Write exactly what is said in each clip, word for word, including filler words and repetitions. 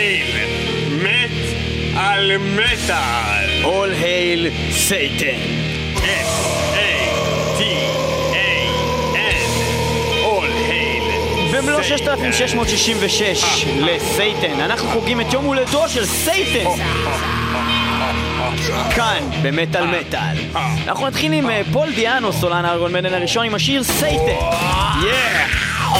hail מת על מטל. All hail Satan. S A T A N. All hail במלוא ששת אלפים שש מאות שישים ושש לסייטן. אנחנו חוגגים את יום הולדתו של סייטן כאן במטל מטל. אנחנו נתחיל עם פול דיאנו, סולן איירון מיידן הראשון, עם השיר סייטן. Yeah!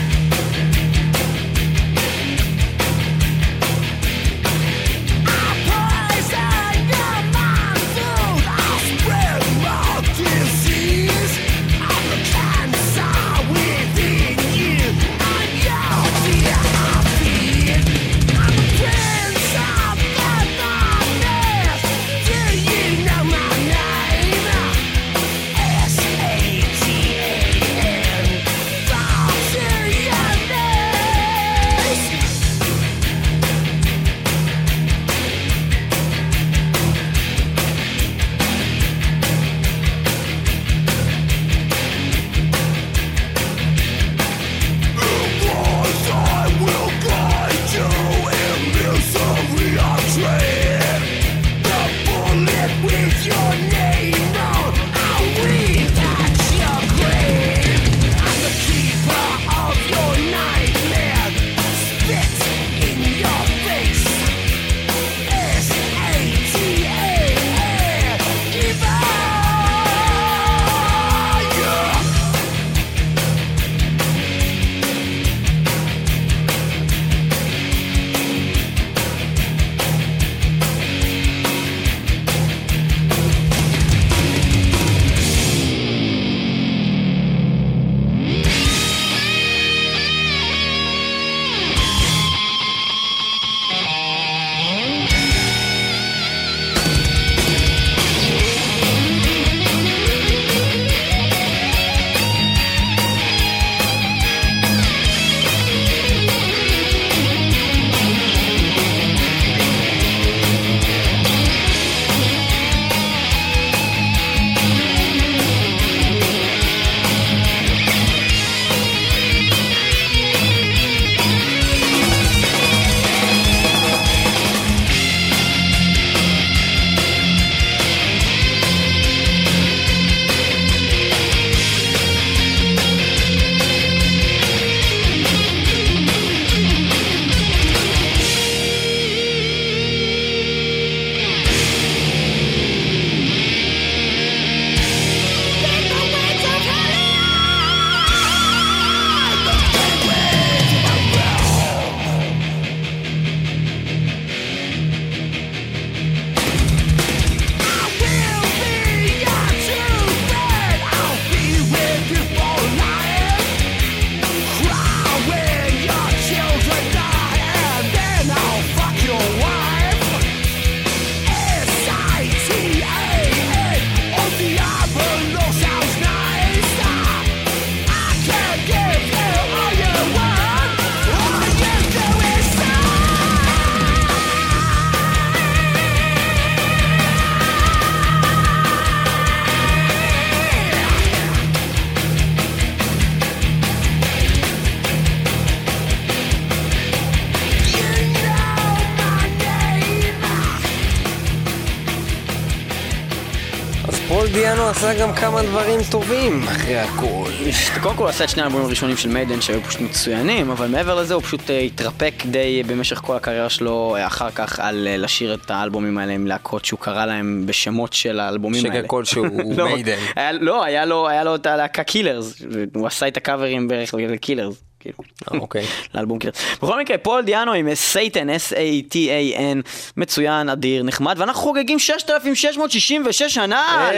דיאנו עשה גם כמה דברים טובים אחרי הכל. קודם כל הוא עשה את שני האלבומים הראשונים של מיידן שהיו פשוט מצוינים, אבל מעבר לזה הוא פשוט התרפק די במשך כל הקריירה שלו אחר כך על לשיר את האלבומים האלה עם להקות שהוא קרא להם בשמות של האלבומים האלה. שקל כלשהו מיידן. לא, היה לו את הלהקה קילרס, הוא עשה את הקאברים בערך לקילרס. אוקיי. לאלבום קילרס. בכל מקרה, פול דיאנו עם סייטן, S A T A N, מצוין, אדיר, נחמד, ואנחנו חוגגים ששת אלפים שש מאות שישים ושש שנה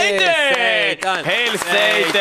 לסייטן! הייל סייטן!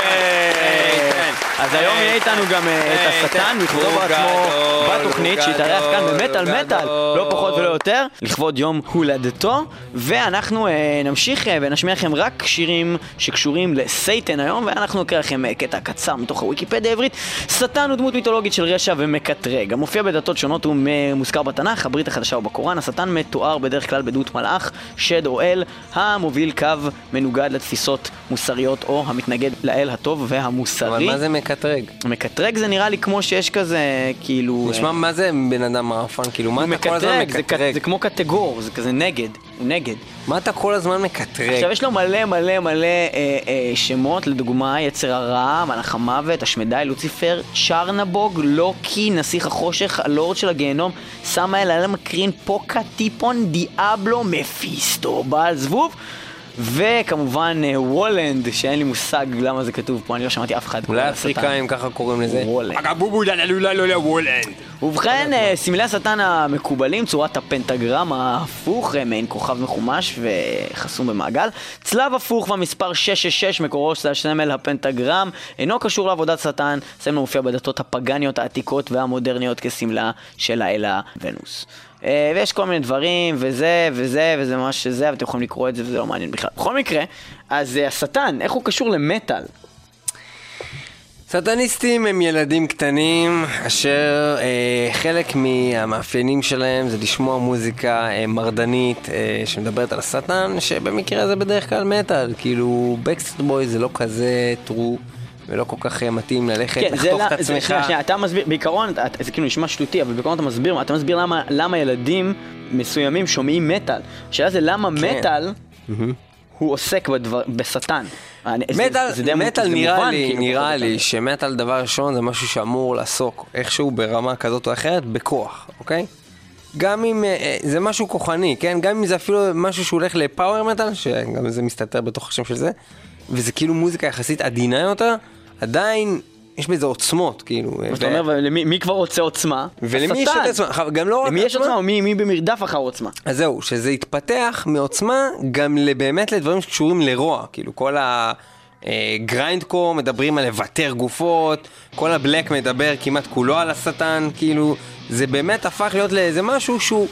אז היום יהיה איתנו גם את השטן, לכבודו בעצמו בתוכנית, שהתארח כאן במטל מטל, לא פחות ולא יותר, לכבוד יום הולדתו, ואנחנו נמשיך ונשמיע לכם רק שירים שקשורים לסייטן היום, ואנחנו נקרא לכם קטע קצר מתוך הוויקיפדיה העברית. שטן הוא דמות מיתולוגית של רשע ומקטרג, המופיע בדתות שונות הוא מוזכר בתנ"ך, הברית החדשה ובקוראן. השטן מתואר בדרך כלל בדמות מלאך, שד או אל, המוביל קו מנוגד לתפיסות מוסריות הבריות או המתנגד לאל הטוב והמוסרי. אבל מה זה מקטרג? מקטרג זה נראה לי כמו שיש כזה, כאילו... נשמע מה זה בן אדם מערפן, כאילו מה אתה כל הזמן מקטרג? זה כמו קטגור, זה כזה נגד, הוא נגד. מה אתה כל הזמן מקטרג? עכשיו יש לו מלא מלא מלא אה, אה, שמות, לדוגמה יצר הרע, מלאך המוות, השמדי, לוציפר, צ'רנבוג, לוקי, נסיך החושך, הלורד של הגיהנום, סמאל, אלה מקרין, פוקה, טיפון, דיאבלו, מפיסטו, בעל זבוב, וכמובן וולנד, שאין לי מושג למה זה כתוב פה, אני לא שמעתי אף אחד. אולי אפריקאים ככה קוראים לזה? וולנד. אגבובו דללולה וולנד. ובכן, סמלי השטן המקובלים, צורת הפנטגרם ההפוך, מעין כוכב מחומש וחסום במעגל. צלב הפוך והמספר שש שש שש, מקורו של הסמל הפנטגרם, אינו קשור לעבודת שטן, סמל מופיע בדתות הפגניות העתיקות והמודרניות כסמלה של האלה ונוס. ויש כל מיני דברים, וזה, וזה, וזה ממש שזה, ואתם יכולים לקרוא את זה, וזה לא מעניין בכלל. בכל מקרה, אז השטן, איך הוא קשור למטל? סטניסטים הם ילדים קטנים, אשר אה, חלק מהמאפיינים שלהם זה לשמוע מוזיקה אה, מרדנית אה, שמדברת על השטן, שבמקרה זה בדרך כלל מטל, כאילו Backstreet Boys זה לא כזה טרו. ולא כל כך מתאים ללכת, כן, לחתוך את זה, עצמך. שנייה, שנייה, אתה מסביר, בעיקרון, אתה, זה כאילו נשמע שטותי, אבל בעיקרון אתה מסביר, אתה מסביר למה, למה ילדים מסוימים שומעים מטל. השאלה זה למה כן. מטל הוא עוסק בדבר, בשטן. מטל, זה, זה מטל זה נראה מובן, לי, כאילו, נראה לי שמטל דבר ראשון זה משהו שאמור לעסוק איכשהו ברמה כזאת או אחרת בכוח, אוקיי? גם אם זה משהו כוחני, כן? גם אם זה אפילו משהו שהולך לפאוור מטל, שגם זה מסתתר בתוך השם של זה, וזה כאילו מוזיקה יחסית עדינה יותר, עדיין יש בזה עוצמות, כאילו. זאת אומרת, מי כבר רוצה עוצמה? ולמי יש עוצמה? גם לא רק למי יש עוצמה או מי במרדף אחר עוצמה? אז זהו, שזה יתפתח מעוצמה גם באמת לדברים שקשורים לרוע, כאילו כל הגריינדקור מדברים על לוותר גופות, כל הבלק מדבר כמעט כולו על השטן, כאילו זה באמת הפך להיות לאיזה משהו שהוא...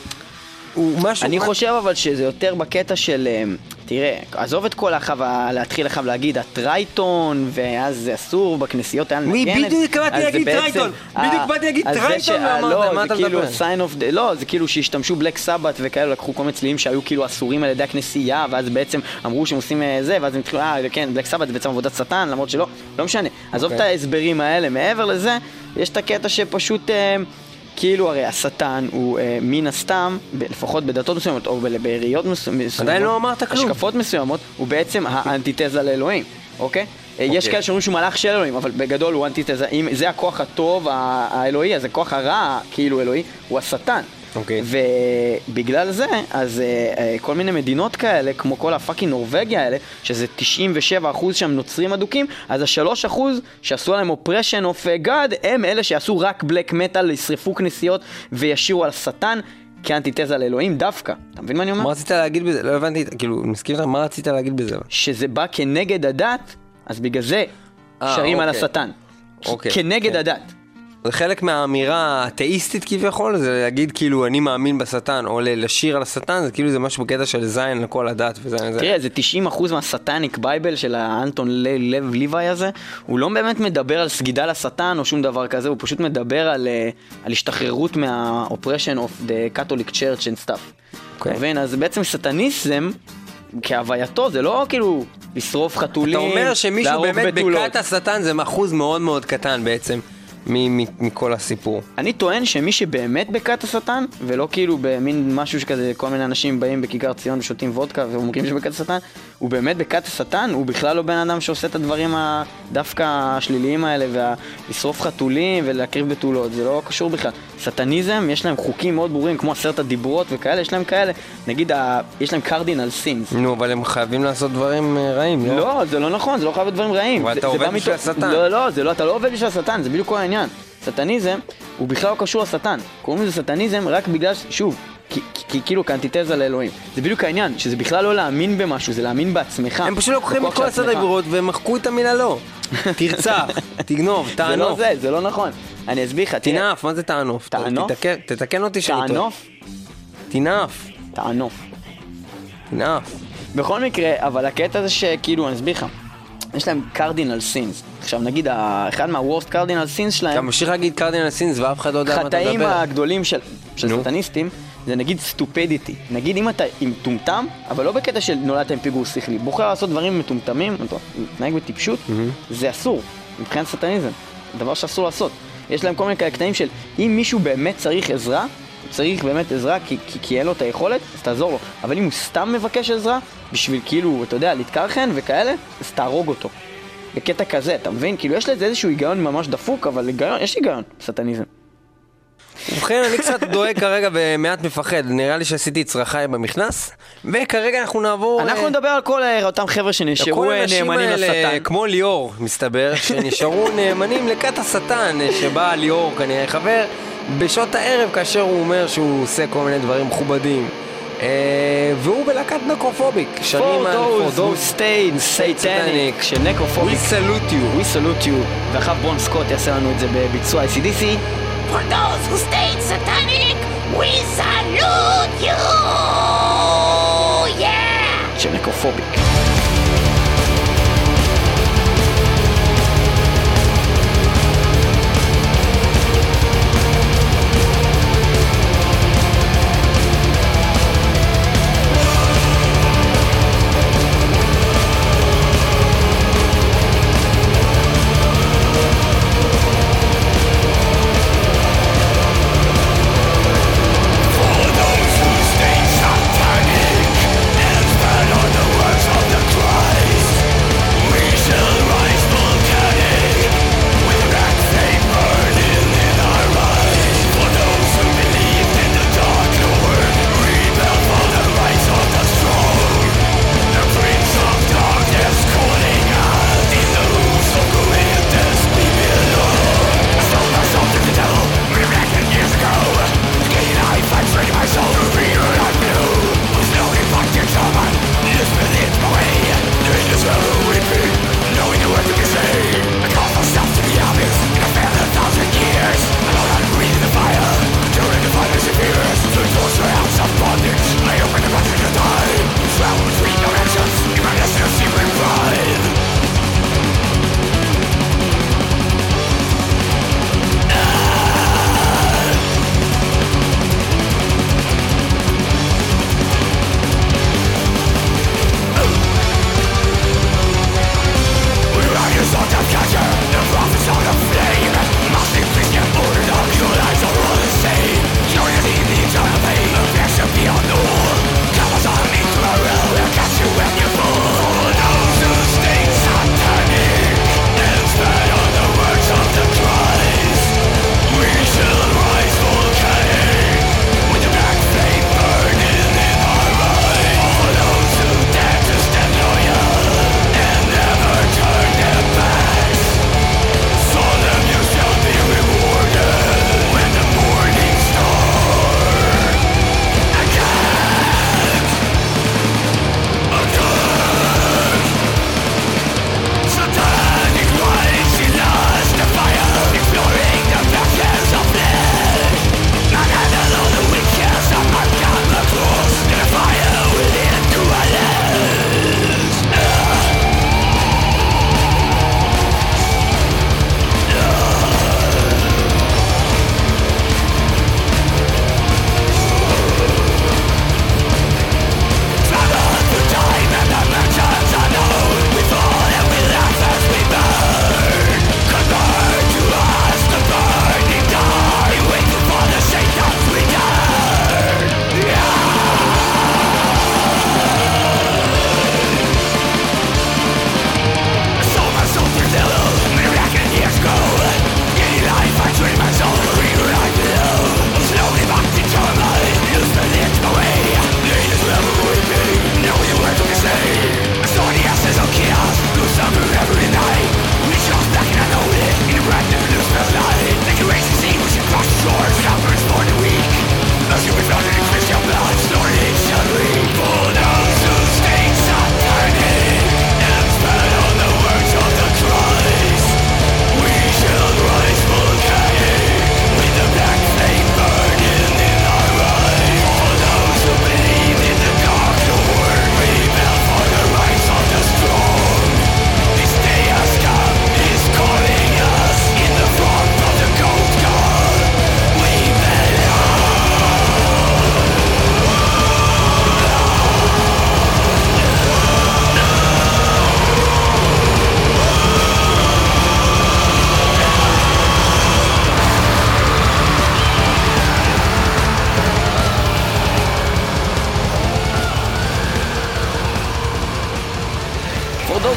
אני חושב אבל שזה יותר בקטע של, תראה, עזוב את כל החווה, להתחיל לך להגיד הטרייטון, ואז זה אסור בכנסיות היה לנגן. בדיוק באתי להגיד טרייטון, בדיוק באתי להגיד טרייטון, לא, זה כאילו sign of the, לא, זה כאילו שהשתמשו בלק סבת וכאלה, לקחו כל מיני צלילים שהיו כאילו אסורים על ידי הכנסייה, ואז בעצם אמרו שהם עושים זה, ואז הם התחילו, אה, כן, בלק סבת זה בעצם עבודת שטן, למרות שלא, לא משנה. עזוב את ההסברים האלה, מעבר לזה, יש את הקטע שפשוט... כאילו הרי השטן הוא אה, מן הסתם, ב- לפחות בדתות מסוימות או בעיריות מסוימות, עדיין לא אמרת כלום. השקפות מסוימות, הוא בעצם האנטיתזה לאלוהים, אוקיי? אוקיי. יש כאלה שאומרים שהוא מלאך של אלוהים, אבל בגדול הוא אנטיתזה, אם זה הכוח הטוב האלוהי, אז הכוח הרע כאילו אלוהי, הוא השטן. אוקיי. ובגלל זה, אז uh, כל מיני מדינות כאלה, כמו כל הפאקינג נורווגיה האלה, שזה תשעים ושבע אחוז שהם נוצרים אדוקים, אז ה-שלושה אחוז שעשו עליהם אופרשן אוף גאד, הם אלה שעשו רק בלק מטל, ישרפו כנסיות וישירו על השטן כאנטיתזה לאלוהים דווקא. אתה מבין מה אני אומר? מה רצית להגיד בזה? לא הבנתי, כאילו, מסכים לך, מה רצית להגיד בזה? שזה בא כנגד הדת, אז בגלל זה שרים על השטן. כנגד הדת. זה חלק מהאמירה האתאיסטית כביכול, זה להגיד כאילו אני מאמין בשטן, או לשיר על השטן, זה כאילו זה משהו בקטע של זין לכל הדת וזה. תראה, זה תשעים אחוז מהסטניק בייבל של האנטון לב ליוואי הזה, הוא לא באמת מדבר על סגידה לשטן או שום דבר כזה, הוא פשוט מדבר על, על השתחררות מה-oppression of the Catholic Church and stuff. אתה מבין? אז בעצם סטניזם, כהווייתו, זה לא כאילו לשרוף חתולים, אתה אומר שמישהו באמת בקעת השטן זה אחוז מאוד מאוד קטן בעצם. מכל הסיפור. אני טוען שמי שבאמת בקעת השטן, ולא כאילו במין משהו שכזה, כל מיני אנשים באים בכיכר ציון ושותים וודקה ואומרים שבקעת השטן, הוא באמת בקעת השטן, הוא בכלל לא בן אדם שעושה את הדברים דווקא השליליים האלה, ולשרוף חתולים ולהקריב בתולות, זה לא קשור בכלל. סטניזם, יש להם חוקים מאוד ברורים, כמו עשרת הדיברות וכאלה, יש להם כאלה, נגיד, יש להם קרדינל סינס. נו, אבל הם חייבים לעשות דברים רעים, לא? לא, זה לא נכון, זה לא חייב דברים רעים. אבל אתה עובד בשביל השטן. לא, לא, זה לא, אתה לא עובד בשביל השטן, זה בדיוק כל העניין. סטניזם הוא בכלל לא קשור לשטן. קוראים לזה סטניזם רק בגלל, שוב, כי כאילו כאנטיתזה לאלוהים. זה בדיוק העניין, שזה בכלל לא להאמין במשהו, זה להאמין בעצמך. הם פשוט לוקחים את כל עשרת הדיברות ומחקו את המילה לא. תרצח, תגנוב, תענוף. זה לא זה, זה לא נכון. אני אסביר לך, תנאף, מה זה תענוף? תענוף? תתקן אותי שאני טועה. תענוף? תנאף. תענוף. תנאף. בכל מקרה, אבל הקטע זה שכאילו, אני אסביר לך. יש להם קרדינל סינס. עכשיו נגיד, אחד מהוורסט קרדינל סינס שלהם... אתה ממשיך להגיד קרדינל סינס ואף אחד לא יודע מה אתה מדבר. חטאים הגדולים של סטניסטים, זה נגיד סטופדיטי. נגיד אם אתה עם טומטם, אבל לא בקטע של נולדת עם פיגור שכלי, בוחר לעשות דברים מטומטמים, מתנהג בטיפשות, זה אסור, מבחינת סטניזם, דבר שאסור לעשות. יש להם כל מיני כאלה קטעים של אם מישהו באמת צריך עזרה, צריך באמת עזרה כי, כי, כי אין לו את היכולת, אז תעזור לו. אבל אם הוא סתם מבקש עזרה, בשביל כאילו, אתה יודע, להתקרחן וכאלה, אז תהרוג אותו. בקטע כזה, אתה מבין? כאילו יש לזה איזשהו היגיון ממש דפוק, אבל היגיון, יש היגיון, סטניזם. ובכן, אני קצת דואג כרגע ומעט מפחד. נראה לי שעשיתי צרכיי במכנס, וכרגע אנחנו נעבור... אנחנו נדבר על כל אותם חבר'ה שנשארו נאמנים לשטן. כמו ליאור, מסתבר, שנשארו נאמנים לכת השטן, שבא ליאור כנראה חבר, בשעות הערב כאשר הוא אומר שהוא עושה כל מיני דברים מכובדים. והוא בלהקת נקרופוביק. For those who stayed satanic, של נקרופוביק. We salute you. We salute you. ואחר ברון סקוט יעשה לנו את זה בביצוע A C D C. For those who stayed satanic, we salute you! Yeah! של נקרופוביק. For those who stay satanic, and stand on the words of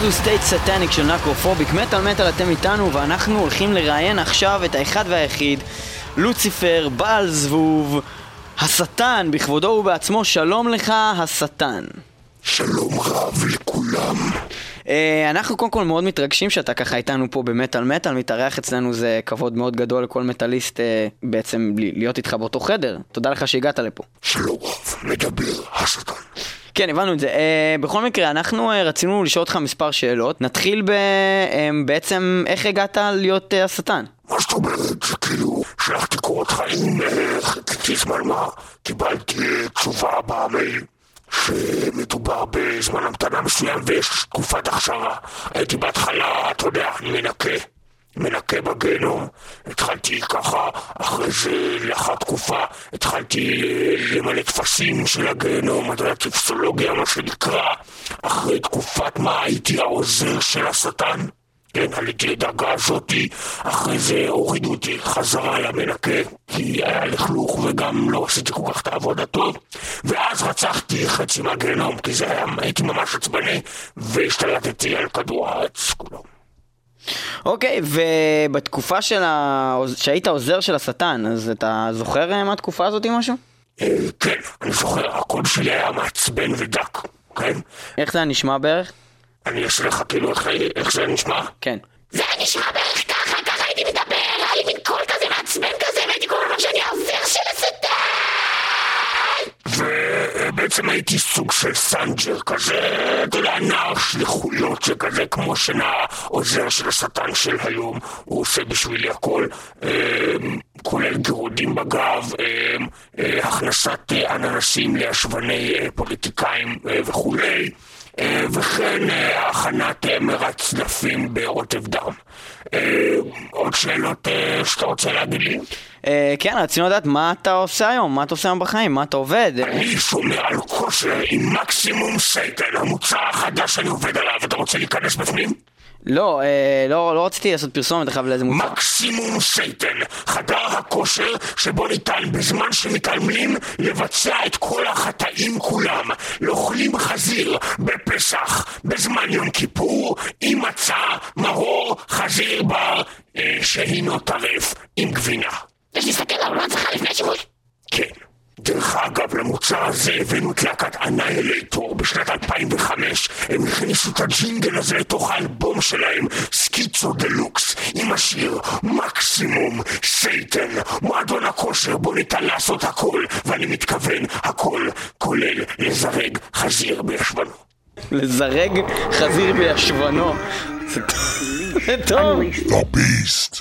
הוא סטייט סטניק של נקרופוביק. מטל מטל אתם איתנו, ואנחנו הולכים לראיין עכשיו את האחד והיחיד, לוציפר, בעל זבוב, השטן בכבודו ובעצמו. שלום לך השטן. שלום רב לכולם. Uh, אנחנו קודם כל מאוד מתרגשים שאתה ככה איתנו פה במטל מטל. מתארח אצלנו, זה כבוד מאוד גדול לכל מטליסט uh, בעצם להיות איתך באותו חדר. תודה לך שהגעת לפה. שלום רב, מדבר השטן. כן, הבנו את זה. Uh, בכל מקרה, אנחנו uh, רצינו לשאול אותך מספר שאלות. נתחיל ב... Uh, בעצם איך הגעת להיות uh, השטן? מה זאת אומרת? זה כאילו, שלחתי קורות חיים, חיכיתי זמן מה, קיבלתי תשובה במייל שמדובר בזמן המתנה מסוים ויש תקופת הכשרה. הייתי בהתחלה, אתה יודע, אני מנקה, מנקה בגנום. התחלתי ככה, אחרי זה לאחר תקופה, התחלתי למלא תפסים של הגנום, אתה יודע, טופסולוגיה, מה שנקרא. אחרי תקופת מה הייתי העוזר של השטן. כן, עליתי לדרגה הזאתי, אחרי זה הורידו אותי חזרה למנקה, כי היה לכלוך וגם לא עשיתי כל כך את העבודה טוב, ואז רצחתי חצי מהגנום, כי זה היה, הייתי ממש עצבני, והשתלטתי על כדור הארץ כולו. אוקיי, ובתקופה של ה... שהיית עוזר של השטן, אז אתה זוכר מהתקופה הזאת משהו? כן, אני זוכר, הקול שלי היה מעצבן ודק, כן? איך זה נשמע בערך? אני אעשה לך כאילו איך זה נשמע? כן. זה נשמע בערך ככה, ככה הייתי מדבר, היה לי מין קול כזה מעצבן כזה, והייתי קורא לך שאני העוזר של השטן! ובעצם הייתי סוג של סנג'ר כזה, אתה יודע, נער שליחויות שכזה, כמו שנער עוזר של השטן של היום, הוא עושה בשבילי הכל, כולל גירודים בגב, הכנסת אננסים להשווני פוליטיקאים וכולי, וכן הכנת מרץ צלפים ברוטב דם. עוד שאלות שאתה רוצה להגיד לי? כן, רצינו לדעת מה אתה עושה היום, מה אתה עושה היום בחיים, מה אתה עובד? אני שומר על כושר עם מקסימום סייטן, המוצר החדש שאני עובד עליו. אתה רוצה להיכנס בפנים? לא, לא, לא רציתי לעשות פרסומת לך לאיזה מוצר. מקסימום סייטן, חדר הכושר שבו ניתן בזמן שמתעלמים לבצע את כל החטאים כולם. לאוכלים חזיר בפסח, בזמן יום כיפור, עם מצה, מרור, חזיר בר, אה, שהינו טרף עם גבינה. יש להסתכל על מה צריכה לפני שימוש? כן. דרך אגב, למוצר הזה הבאנו את להקת אנאילייטור בשנת אלפיים וחמש. הם הכניסו את הג'ינגל הזה לתוך האלבום שלהם, סקיצו דלוקס, עם השיר מקסימום סייטן, מועדון הכושר בו ניתן לעשות הכל, ואני מתכוון הכל, כולל לזרג חזיר בישבנו. לזרג חזיר בישבנו. זה טוב. The Beast.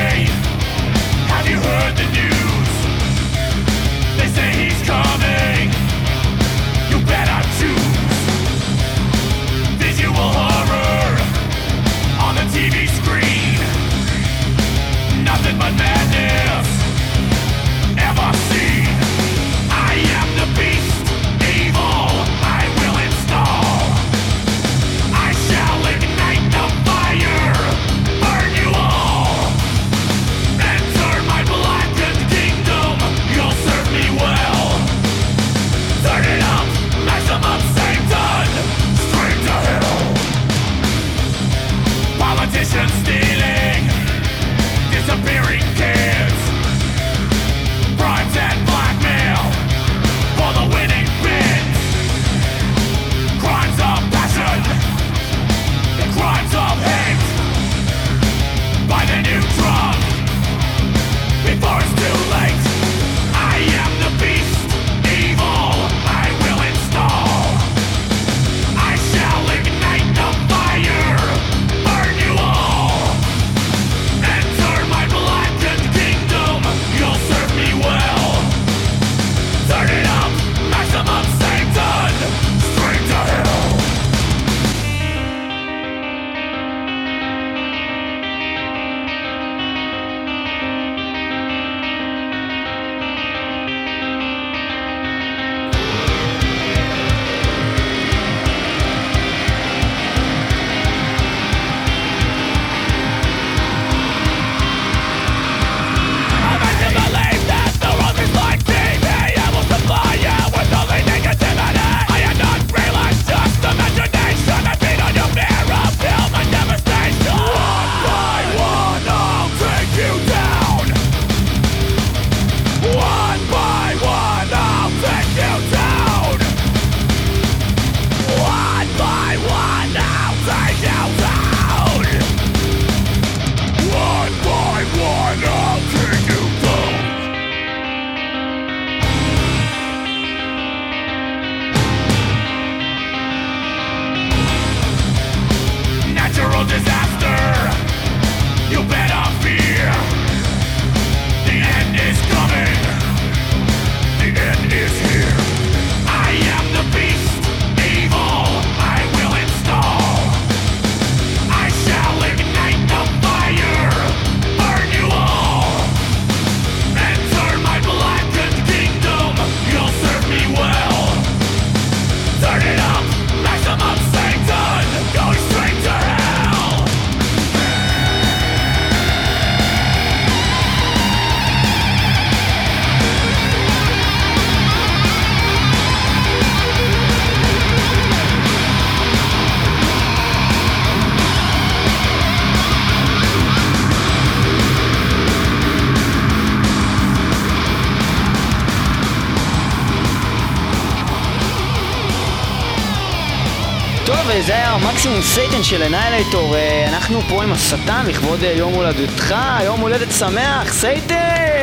Have you heard the news? They say he's coming. וזה היה המקסימום סייטן של אנאילייטור. אנחנו פה עם השטן לכבוד יום הולדתך, יום הולדת שמח, סייטן!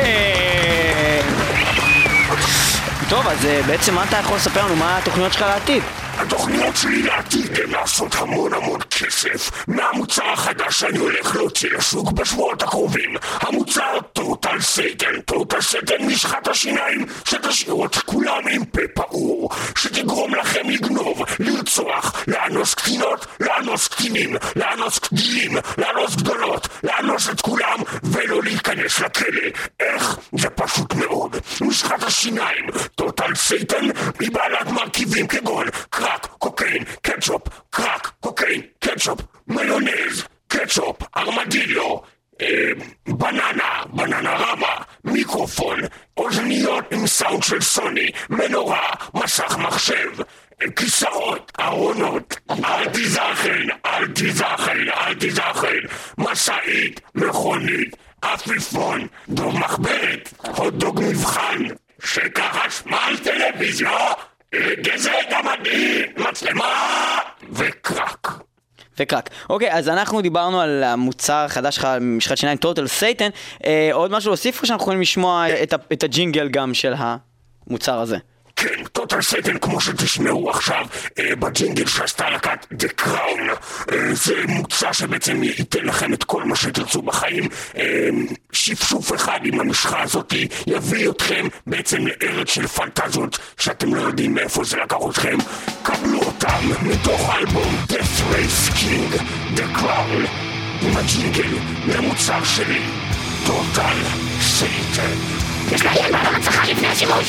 טוב, אז בעצם מה אתה יכול לספר לנו? מה התוכניות שלך לעתיד? התוכניות שלי לעתיד הן לעשות המון המון כסף מהמוצר החדש שאני הולך להוציא לשוק בשבועות הקרובים. המוצר טוטל סייטן. טוטל סייטן משחת השיניים שתשאיר את כולם עם פה פעור, שתגרום לכם לגנוב, לרצוח, לאנוס קטינות, לאנוס קטינים, לאנוס גדילים, לאנוס גדולות, לאנוס את כולם ולא להיכנס לכלא. איך? זה פשוט מאוד. משחת השיניים טוטל סייטן היא בעלת מרכיבים כגון קרק, קוקיין, קטשופ, קרק, קוקיין, קטשופ, מיונז, קטשופ, ארמדילו, אה, בננה, בננה רמה, מיקרופון, אוזניות עם סאונד של סוני, מנורה, מסך מחשב, כיסאות, ארונות, אל תיזכן, אל תיזכן, אל תיזכן, מסעית, מכונית, אפיפון, דוב מחברת, הוטדוג מבחן, שקע חשמל, טלוויזיה, גזר גמדי, מצלמה וקרק. וקרק. אוקיי, אז אנחנו דיברנו על המוצר החדש שלך, משחת שיניים טוטל סייטן. אה, עוד משהו להוסיף או שאנחנו יכולים לשמוע את, את הג'ינגל גם של המוצר הזה? כן, טוטל סייטן כמו שתשמעו עכשיו אה, בג'ינגל שעשתה לקת The Crown. אה, זה מוצר שבעצם ייתן לכם את כל מה שתרצו בחיים. אה, שפשוף אחד עם המשחה הזאת יביא אתכם בעצם לארץ של פנטזיות שאתם לא יודעים מאיפה זה לקח אתכם. קבלו אותם מתוך אלבום Death Race King The Crown עם הג'ינגל למוצר שלי טוטל סייטן. יש לה ילמה במצחה לפני השימוש.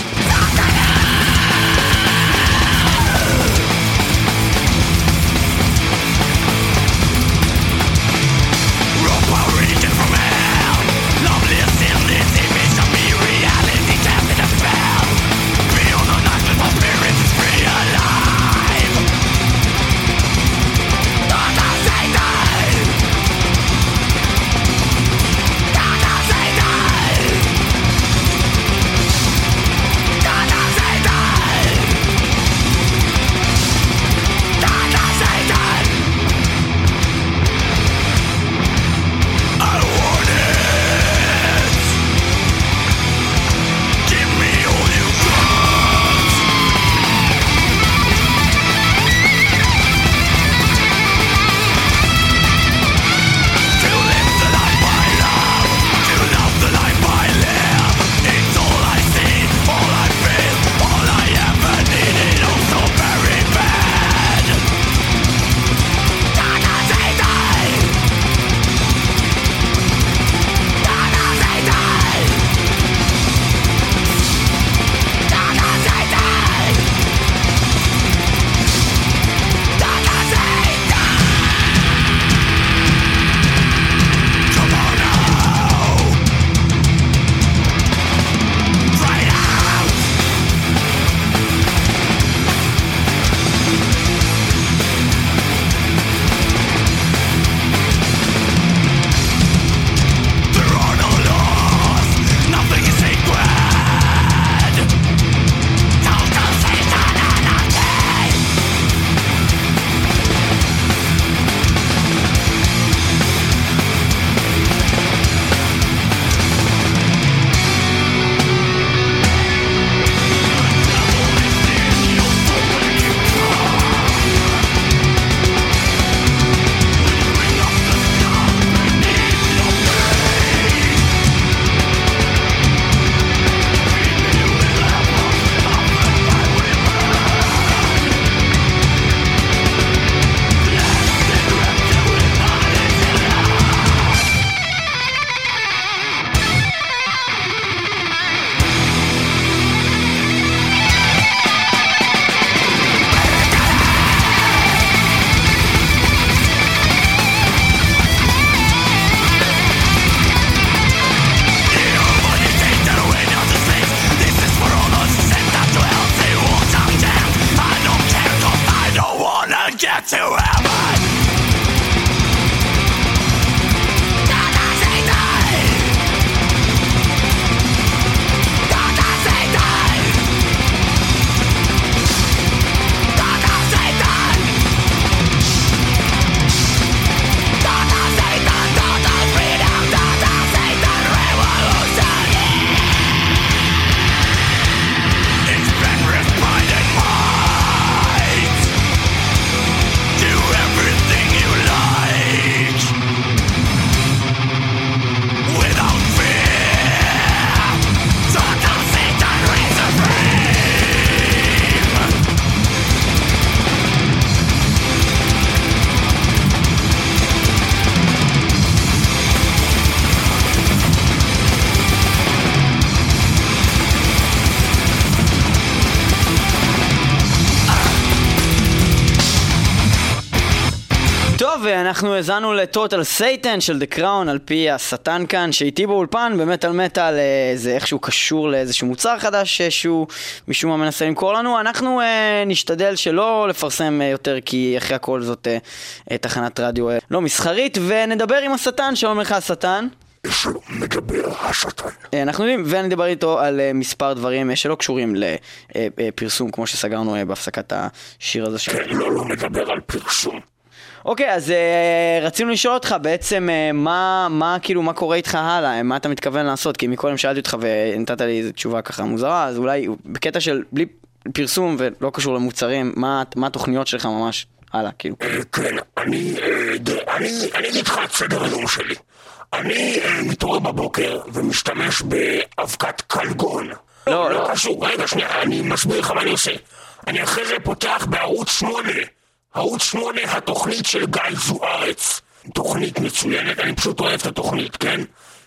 טוב, אנחנו הזנו לטוטל סייטן של דה קראון על פי השטן כאן שאיתי באולפן, באמת על מטל, זה איכשהו קשור לאיזשהו מוצר חדש שהוא משום מה מנסה למכור לנו. אנחנו אה, נשתדל שלא לפרסם אה, יותר, כי אחרי הכל זאת אה, תחנת רדיו אה, לא מסחרית, ונדבר עם השטן. שלום לך השטן. מדבר השטן. אנחנו יודעים, ונדבר איתו על uh, מספר דברים uh, שלא קשורים לפרסום, כמו שסגרנו uh, בהפסקת השיר הזה. כן, לא, לא מדבר על פרסום. אוקיי, אז uh, רצינו לשאול אותך בעצם uh, מה, מה, כאילו, מה קורה איתך הלאה, מה אתה מתכוון לעשות, כי מקודם שאלתי אותך ונתת לי איזו תשובה ככה מוזרה, אז אולי בקטע של בלי פרסום ולא קשור למוצרים, מה, מה התוכניות שלך ממש הלאה, כאילו? כן, אני, אני, אני אגיד לך את סדר היום שלי. אני מתעורר בבוקר ומשתמש באבקת קלגון. לא, לא קשור, רגע שנייה, אני מסביר לך מה אני עושה. אני אחרי זה פותח בערוץ שמונה. ערוץ שמונה, התוכנית של גיא זוארץ. תוכנית מצוינת, אני פשוט אוהב את התוכנית, כן?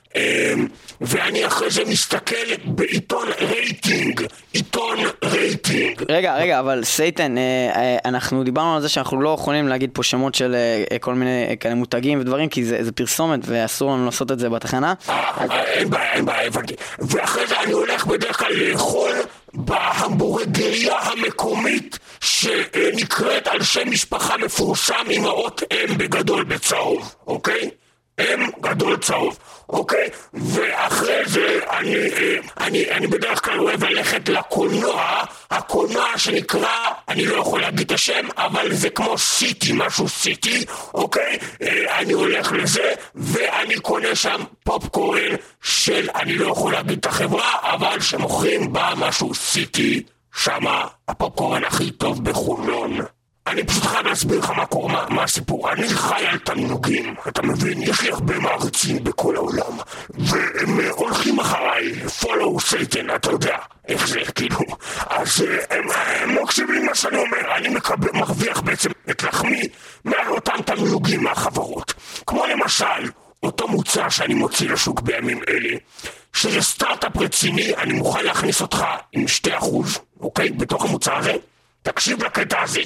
ואני אחרי זה מסתכל בעיתון רייטינג, עיתון רייטינג. רגע, רגע, אבל סייטן, אנחנו דיברנו על זה שאנחנו לא יכולים להגיד פה שמות של כל מיני כאלה מותגים ודברים, כי זה, זה פרסומת ואסור לנו לעשות את זה בתחנה. אין בעיה, אין בעיה, הבנתי. ואחרי זה אני הולך בדרך כלל לאכול בהמבורגריה המקומית שנקראת על שם משפחה מפורסם עם האות M בגדול בצהוב, אוקיי? M גדול צהוב, אוקיי? ואחרי זה אני, אני, אני בדרך כלל אוהב ללכת לקולנוע, הקולנוע שנקרא, אני לא יכול להגיד את השם, אבל זה כמו סיטי, משהו סיטי, אוקיי? אני הולך לזה, ואני קונה שם פופקורן של, אני לא יכול להגיד את החברה, אבל שמוכרים בה משהו סיטי, שמה הפופקורן הכי טוב בחולון. אני פשוט חייב להסביר לך מה קורה, מה, מה הסיפור. אני חי על תמנוגים, אתה מבין? יש לי הרבה מעריצים בכל העולם, והם הולכים אחריי, follow Satan, אתה יודע איך זה, כאילו. אז הם, הם לא מקשיבים מה שאני אומר, אני מקבל, מרוויח בעצם את לחמי מעל אותם תמנוגים מהחברות. כמו למשל, אותו מוצר שאני מוציא לשוק בימים אלה, שזה סטארט-אפ רציני, אני מוכן להכניס אותך עם שתי אחוז, אוקיי? בתוך המוצר הזה, תקשיב לקטע הזה.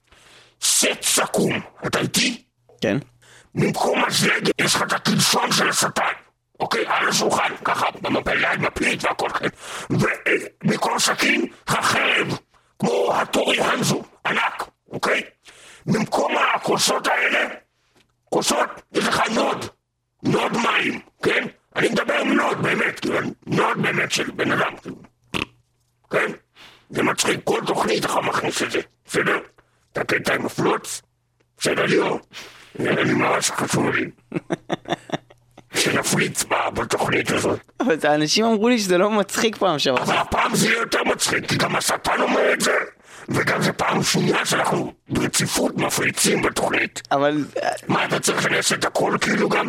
סט סכום, אתה איתי? כן. במקום מזלג יש לך את הקלשון של השטן, אוקיי? על השולחן, ככה, במפלד, בפלית והכל כן. ומכל סכין, החרב, כמו התורי הנזו, ענק, אוקיי? במקום הכוסות האלה, כוסות, יש לך נוד, נוד מים, כן? אני מדבר עם נוד באמת, כאילו, נוד באמת של בן אדם, כן? זה מצחיק, כל תוכנית איך מכניס את זה, בסדר? אתה קטע עם הפלוץ, בסדר ליאור, אני ממש חשוב לי שנפליץ בתוכנית הזאת. אבל האנשים אמרו לי שזה לא מצחיק פעם שם. אבל הפעם זה יהיה יותר מצחיק, כי גם השטן אומר את זה, וגם זה פעם שנייה שאנחנו ברציפות מפליצים בתוכנית. אבל... מה, אתה צריך לנסות את הכל כאילו גם?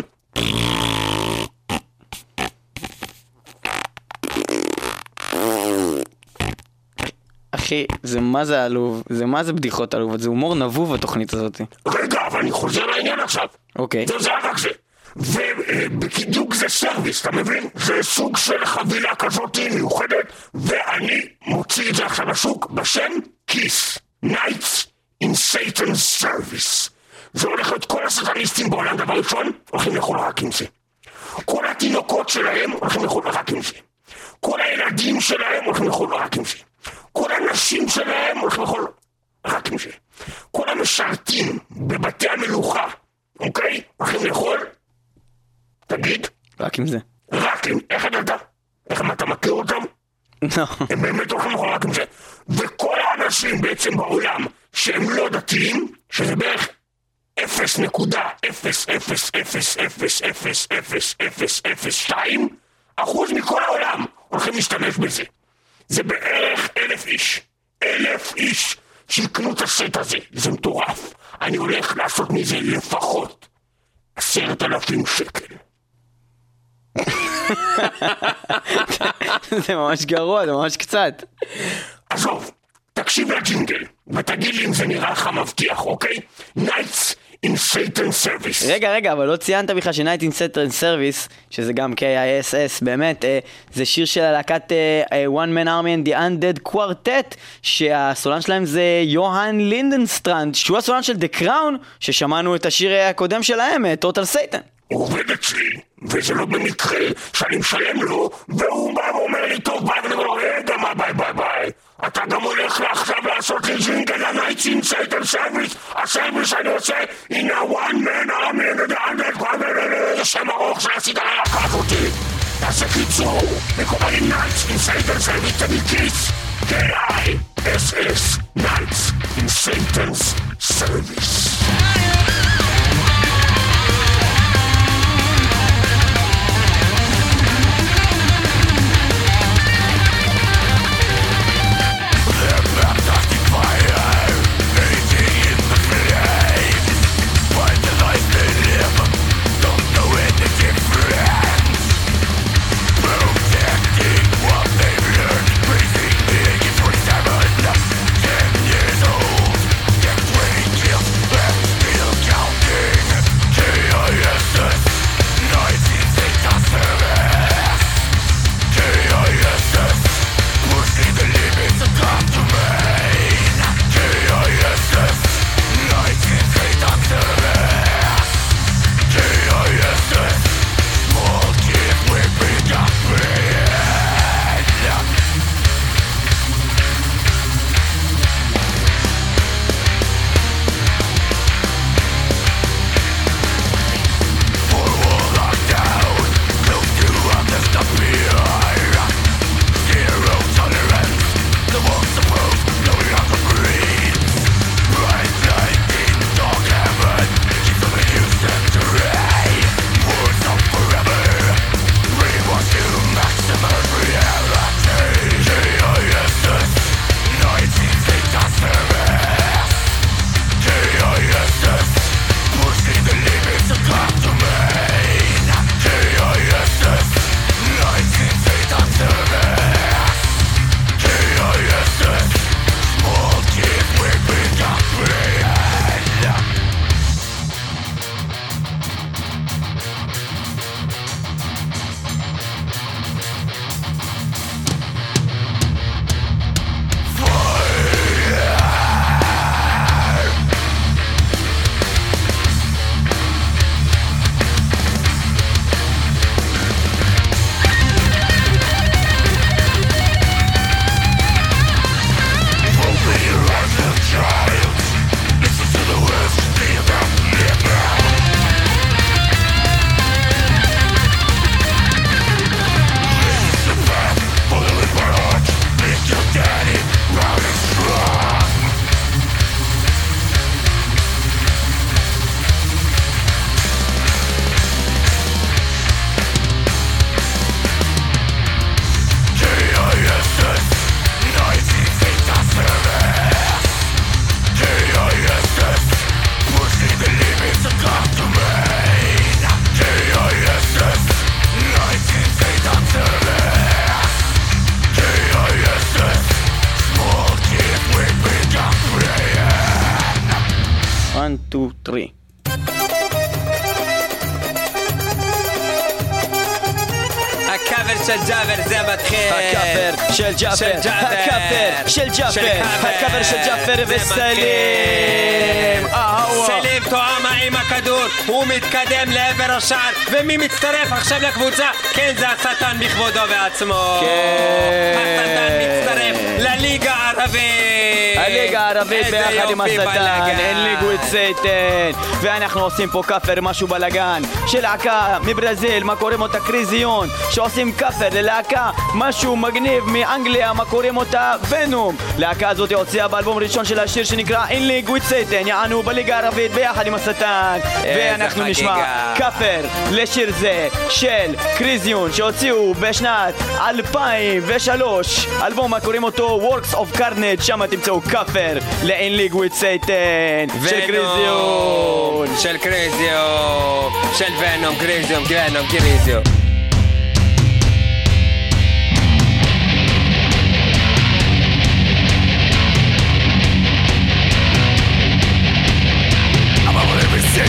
אחי, זה מה זה עלוב, זה מה זה בדיחות עלובות, זה הומור נבוב התוכנית הזאת. רגע, אבל אני חוזר לעניין עכשיו. אוקיי. זה רק זה. ובקידוק זה סרוויס, אתה מבין? זה סוג של חבילה כזאת מיוחדת, ואני מוציא את זה עכשיו לשוק בשם כיס. Nights in Satan's Service. זה הולך להיות כל הסטניסטים בעולם, דבר ראשון, הולכים לאכול רק עם זה. כל התינוקות שלהם הולכים לאכול רק עם זה. כל הילדים שלהם הולכים לאכול רק עם זה. כל הנשים שלהם הולכים לאכול רק עם זה. כל המשרתים בבתי המלוכה, אוקיי? הולכים לאכול, תגיד? רק עם זה. רק עם, איך אתה? איך אתה מכיר אותם? לא. הם באמת הולכים לאכול רק עם זה. וכל האנשים בעצם בעולם שהם לא דתיים, שזה בערך אפס נקודה אפס אפס אפס אפס אפס אפס אפס אפס שתיים אחוז מכל העולם הולכים להשתמש בזה. זה בערך אלף איש. אלף איש שיקנו את הסט הזה. זה מטורף. אני הולך לעשות מזה לפחות עשרת אלפים שקל. זה ממש גרוע, זה ממש קצת. עזוב, תקשיב לג'ינגל ותגיד לי אם זה נראה לך מבטיח, אוקיי? Nights in Satan's service. רגע, רגע, אבל לא ציינת בכלל ש-Night in Satan's Service, שזה גם K I S S, באמת, אה, זה שיר של הלהקת אה, One Man Army and the Undead Quartet, שהסולן שלהם זה יוהאן לינדנסטרנד, שהוא הסולן של The Crown, ששמענו את השיר הקודם שלהם, Total Satan. הוא עובד אצלי, וזה לא במקרה שאני משלם לו, והוא בא ואומר לי, טוב, ביי, ואני אומר, רגע, מה, ביי, ביי, ביי. אתה גם הולך עכשיו לעשות לי ג'ינגל ה-Night in Satan's Service, הסרוויס שאני עושה, הנה One Man Army and the Undead Quartet, זה שם ארוך שעשית להלקח אותי. תעשה קיצור, מקובלים Night in Satan's Service, תביא כיס, K I S S, Night in Satan's Service. one, two, three. הקאבר של ג'אבר זה מתחיל. הקאבר של ג'אבר, הקאבר של ג'אבר, הקאבר של ג'אבר וסלים. סלים תואמה עם הכדור, הוא מתקדם לעבר השער, ומי מצטרף עכשיו לקבוצה? כן, זה השטן בכבודו בעצמו. כן. השטן מצטרף לליגה הערבית. הליגה הערבית ביחד עם השטן, אין ליגות סייטן. ואנחנו עושים פה קאפר משהו בלגן של להקה מברזיל, מה קוראים אותה קריזיון, שעושים קאפר ללהקה משהו מגניב מאנגליה, מה קוראים אותה ונום. להקה הזאת הוציאה באלבום ראשון של השיר שנקרא אין ליגות סייטן, יענו בליגה הערבית ביחד עם השטן. ואנחנו נשמע קאפר לשיר זה של קריזיון שהוציאו בשנת אלפיים ושלוש, אלבום מה קוראים אותו Works of Carnage, שם תמצאו קאפר לאין ליגות סייטן של קריזיון, של קריזיון, של ונום, קריזיון, ונום, קריזיון. I'm a living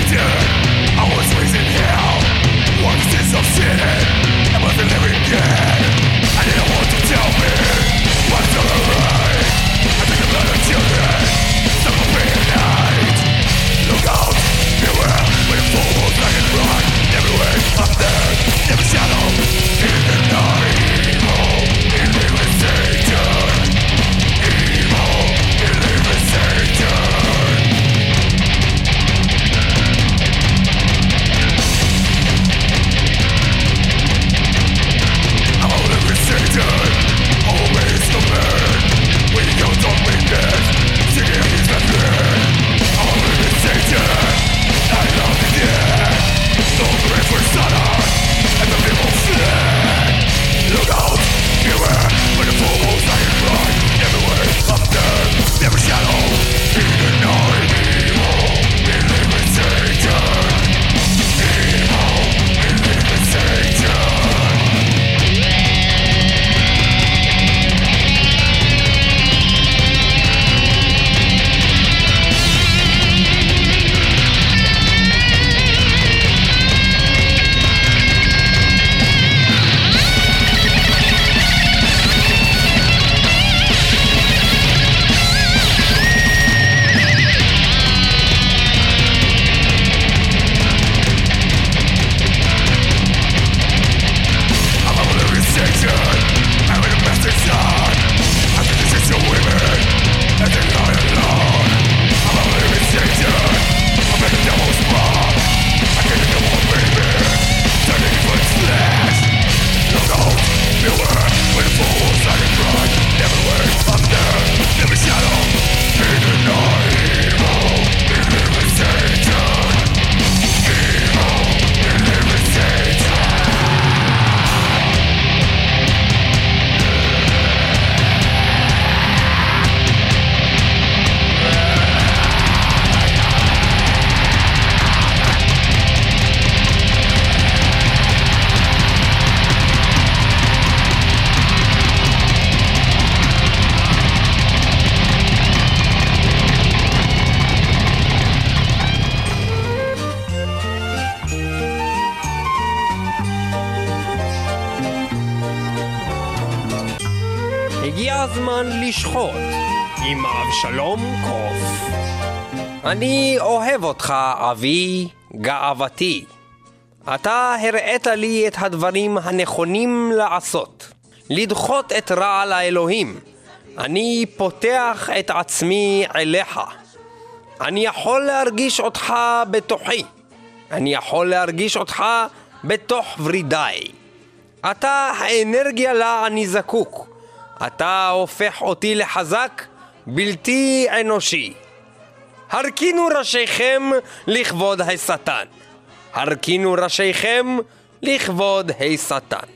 הגיע הזמן לשחוט עם אבשלום קוף. אני אוהב אותך, אבי, גאוותי. אתה הראית לי את הדברים הנכונים לעשות, לדחות את רעל האלוהים. אני פותח את עצמי אליך. אני יכול להרגיש אותך בתוכי. אני יכול להרגיש אותך בתוך ורידיי. אתה האנרגיה לה אני זקוק. אתה הופך אותי לחזק, בלתי אנושי. הרכינו ראשיכם לכבוד השטן. הרכינו ראשיכם לכבוד השטן.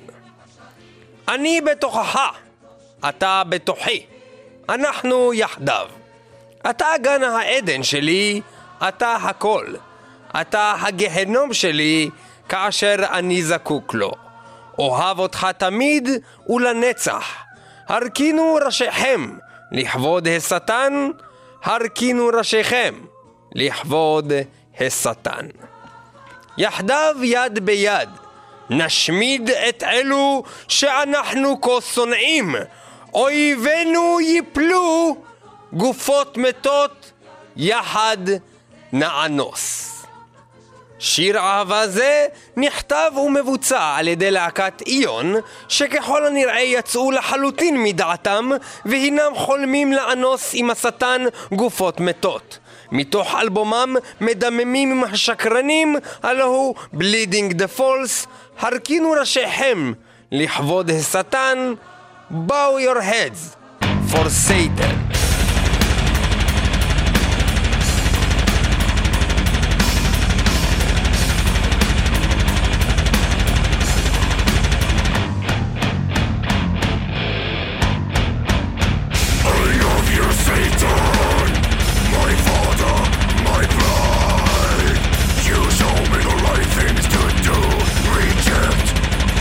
אני בתוכך, אתה בתוכי. אנחנו יחדיו. אתה גן העדן שלי, אתה הכל. אתה הגהנום שלי כאשר אני זקוק לו. אוהב אותך תמיד ולנצח. הרכינו ראשיכם לכבוד השטן. הרכינו ראשיכם לכבוד השטן. יחדיו יד ביד נשמיד את אלו שאנחנו כה שונאים. אויבינו ייפלו, גופות מתות יחד נאנוס. שיר אהבה זה נכתב ומבוצע על ידי להקת איון, שככל הנראה יצאו לחלוטין מדעתם והינם חולמים לאנוס עם השטן גופות מתות. מתוך אלבומם מדממים עם השקרנים, הלא הוא Bleeding the Falls. הרכינו ראשיכם לכבוד השטן. Bow your heads for Satan.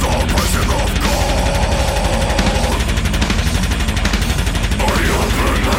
I am the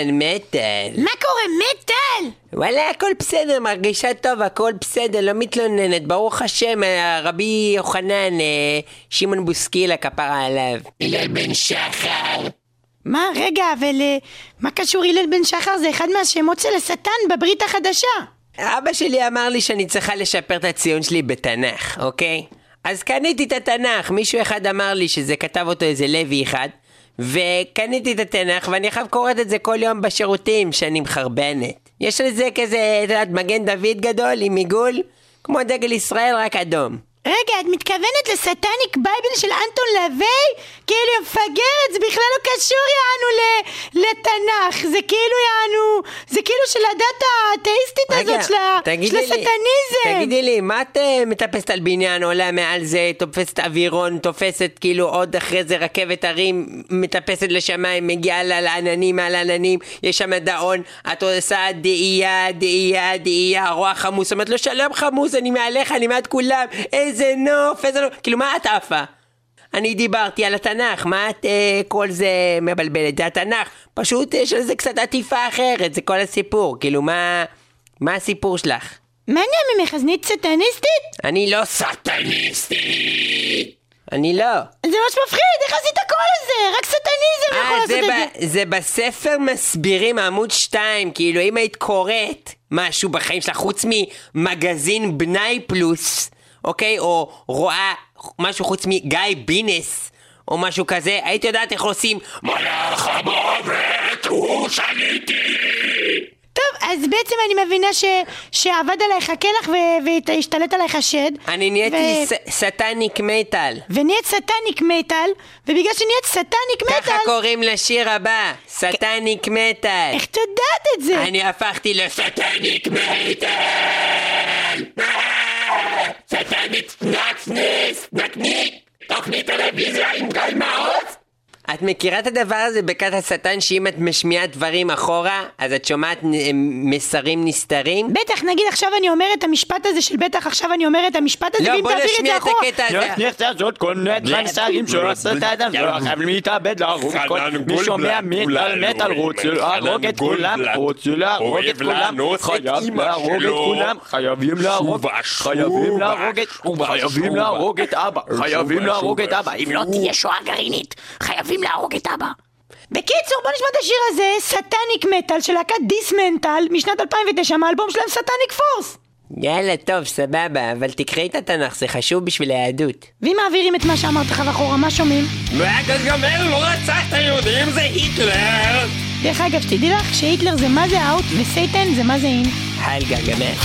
מטל. מה קורה, מטל? וואלה, הכל בסדר, מרגישה טוב, הכל בסדר, לא מתלוננת, ברוך השם, רבי יוחנן, שמעון בוסקילה, כפרה עליו. הלל בן שחר. מה, רגע, אבל מה קשור הלל בן שחר? זה אחד מהשמות של השטן בברית החדשה. אבא שלי אמר לי שאני צריכה לשפר את הציון שלי בתנ"ך, אוקיי? אז קניתי את התנ"ך, מישהו אחד אמר לי שזה כתב אותו איזה לוי אחד, וקניתי את התנ"ך ואני חייב קוראת את זה כל יום בשירותים שאני מחרבנת. יש לזה כזה, את יודעת, מגן דוד גדול עם עיגול, כמו דגל ישראל רק אדום. רגע, את מתכוונת לסטניק בייבל של אנטון לוי? כאילו מפגרת, זה בכלל לא קשור יענו לתנ"ך, זה כאילו יענו, זה כאילו של הדת האתאיסטית הזאת של הסטניזם. תגידי לי, מה את מטפסת על בניין, עולה מעל זה, תופסת אווירון, תופסת כאילו עוד אחרי זה רכבת הרים, מטפסת לשמיים, מגיעה לעננים, מעל העננים, יש שם דאון, את עושה דאייה, דאייה, דאייה, רוח חמוס, אומרת לו שלום חמוס, אני מעליך, אני מעד כולם, איזה נוף, איזה נוף, כאילו מה את עפה? אני דיברתי על התנ"ך, מה את אה, כל זה מבלבלת? זה התנ"ך, פשוט יש לזה קצת עטיפה אחרת, זה כל הסיפור, כאילו מה, מה הסיפור שלך? מה נהיה ממך, אז נהיית סטניסטית? אני לא סטניסטית. אני לא. זה ממש מפחיד, איך עשית הכל הזה? רק סטניזם יכול לעשות את זה. זה בספר מסבירים עמוד שתיים, כאילו אם היית קוראת משהו בחיים שלך חוץ ממגזין בני פלוס, אוקיי? או רואה משהו חוץ מגיא בינס או משהו כזה, היית יודעת איך עושים מלאך המוות הוא שליטי. טוב, אז בעצם אני מבינה ש... שעבד עלייך הכלח ו... והשתלט עלייך השד. אני נהייתי ו... ס... סטניק מטל. ונהיית סטניק מטל, ובגלל שנהיית סטניק מטל... ככה קוראים לשיר הבא, סטניק מטל. איך אתה יודעת את זה? אני הפכתי לסטניק מטל. סטניק נצניס, נקניק, תוכנית טלוויזיה עם גיא מעוז. את מכירה את הדבר הזה בכת השטן, שאם את משמיעה דברים אחורה אז את שומעת מסרים נסתרים? בטח, נגיד עכשיו אני אומרת את המשפט הזה של בטח עכשיו אני אומרת את המשפט הזה, לא, בוא נשמיע את הקטע הזה. נכנסת זאת כל נטל מסרים שעושות האדם, לא חייב להתאבד להרוג את כל מי שומע מטל רוצה להרוג את כולם, רוצה להרוג את כולם, חייב להרוג את כולם, חייבים להרוג, חייבים להרוג את, חייבים להרוג את אבא, חייבים להרוג את אבא, אם לא תהיה שואה גרעינית, חייבים להרוג את אבא. בקיצור, בוא נשמע את השיר הזה, סטניק מטל של להקת דיסמנטל משנת אלפיים ותשע, מהאלבום שלהם סטניק פורס. יאללה, טוב, סבבה, אבל תקראי את התנ"ך, זה חשוב בשביל היהדות. ואם מעבירים את מה שאמרת לך אחורה, מה שומעים? רגע, גם אלה לא רצח את היהודים, זה היטלר. דרך אגב, שתדעי לך שהיטלר זה מה זה אאוט וסייטן זה מה זה אין. חייל גרגמל.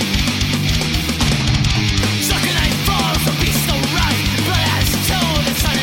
Sucking night falls, the beast so right, blood has told, it's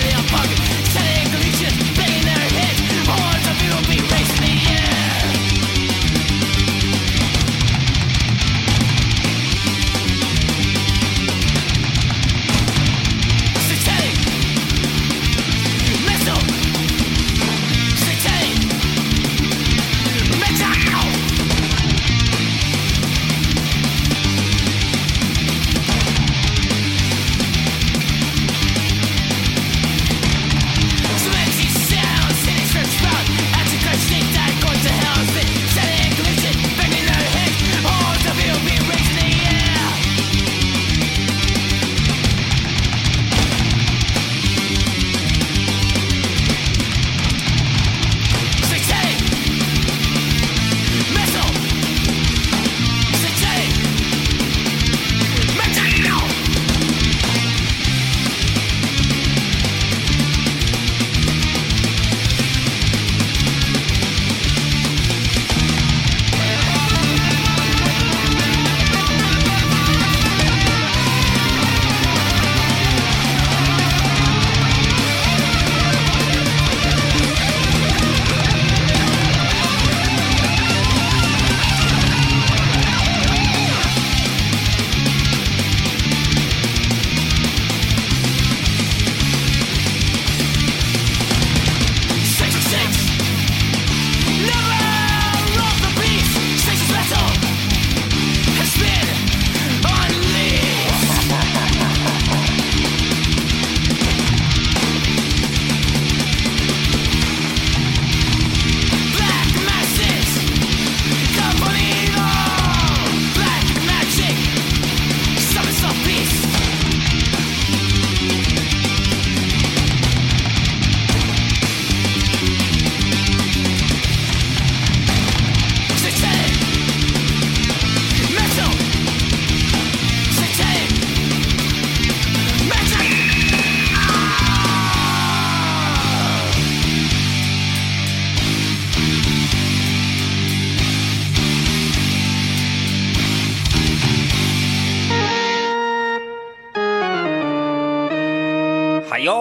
היו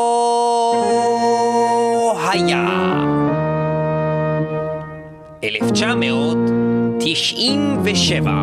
היה אלף תשע מאות תשעים ושבע.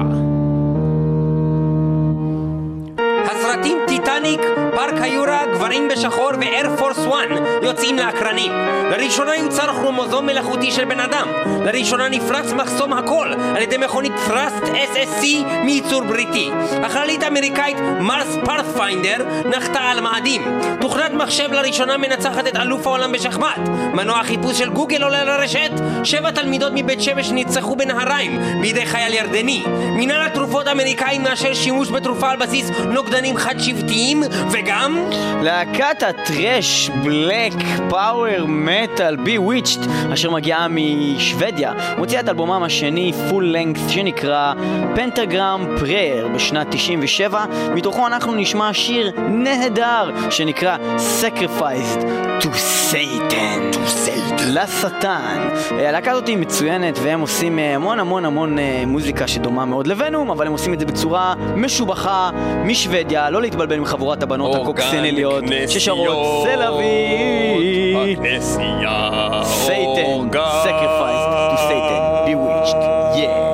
הסרטים טיטניק, פארק היורה, גברים בשחור ואייר פורס וואן יוצאים לאקרנים. לראשונה יוצר כרומוזום מלאכותי של בן אדם. לראשונה נפרץ מחסום הכל על ידי מכונית טראסט אס אס סי מייצור בריטי. החללית האמריקאית מרס פאת'פיינדר נחתה על מאדים. תוכנת מחשב לראשונה מנצחת את אלוף העולם בשחמט. מנוע חיפוש של גוגל עולה לרשת. שבע תלמידות מבית שמש נרצחו בנהריים בידי חייל ירדני. מינהל התרופות האמריקאי מאשר שימוש בתרופה על בסיס נוגדנים חד שבטיים. וגם להקת הטרש בלק פאוור מטל ביוויצ'ט אשר מגיעה משוודיה מוציאה את אלבומם השני פול לנגת שנקרא פנטגרם פרייר בשנת תשעים ושבע. מתוכו אנחנו נשמע שיר נהדר שנקרא Sacrificed to Satan, to Satan. לשטן. הלהקה הזאת היא מצוינת והם עושים המון המון המון מוזיקה שדומה מאוד לוונום, אבל הם עושים את זה בצורה משובחה משוודיה, לא להתבלבל עם חבורת הבנות הקוקסינליות ששרות סלווי. Satan, Sacrificed to Satan, Bewitched, yeah.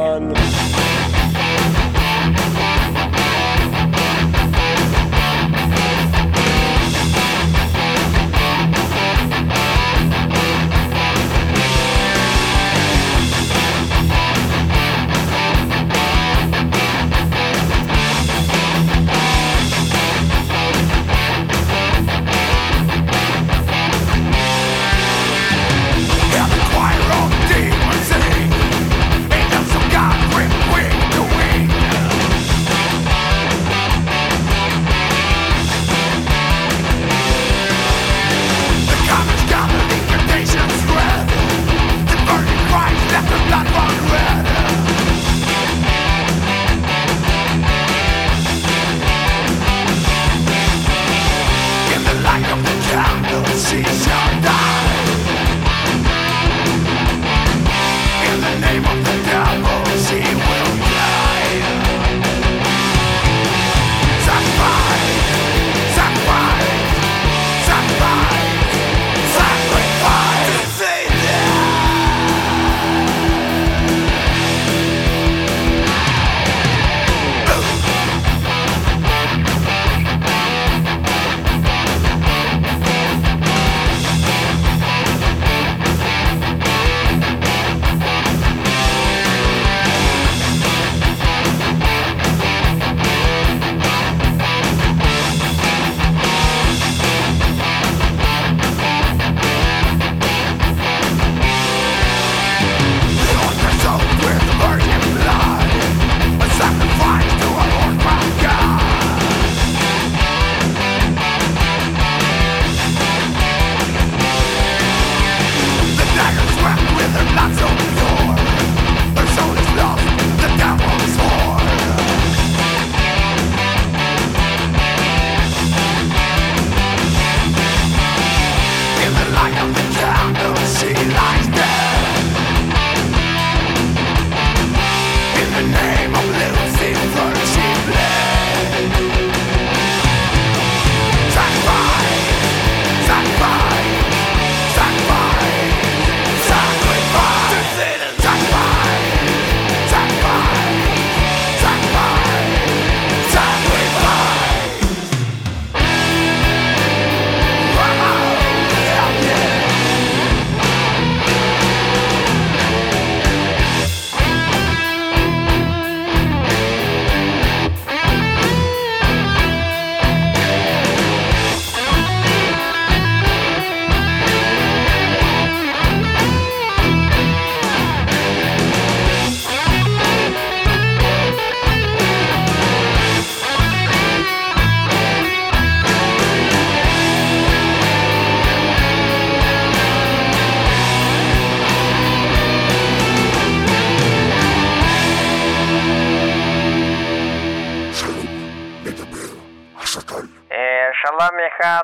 שלום אחד,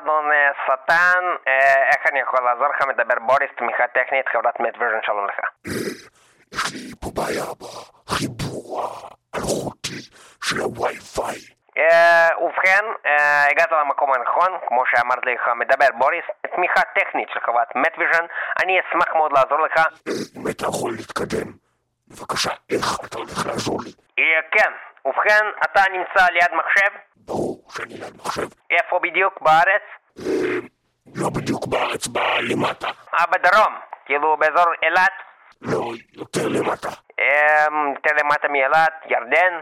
שטן, איך אני יכול לעזור לך? מדבר בוריס, תמיכה טכנית, חברת מטוורז'ן, שלום לך. יש לי פה בעיה בחיבור האלחוטי של הווי-פיי. ובכן, הגעת למקום הנכון, כמו שאמרתי לך, מדבר בוריס, תמיכה טכנית של חברת מטוויז'ן, אני אשמח מאוד לעזור לך. אם אתה יכול להתקדם, בבקשה, איך אתה הולך לעזור לי? כן, ובכן, אתה נמצא ליד מחשב? ברור שאני ליד מחשב. איפה בדיוק? בארץ? לא בדיוק בארץ, בלמטה. אה, בדרום, כאילו באזור אילת? לא, יותר למטה. יותר למטה מאילת, ירדן?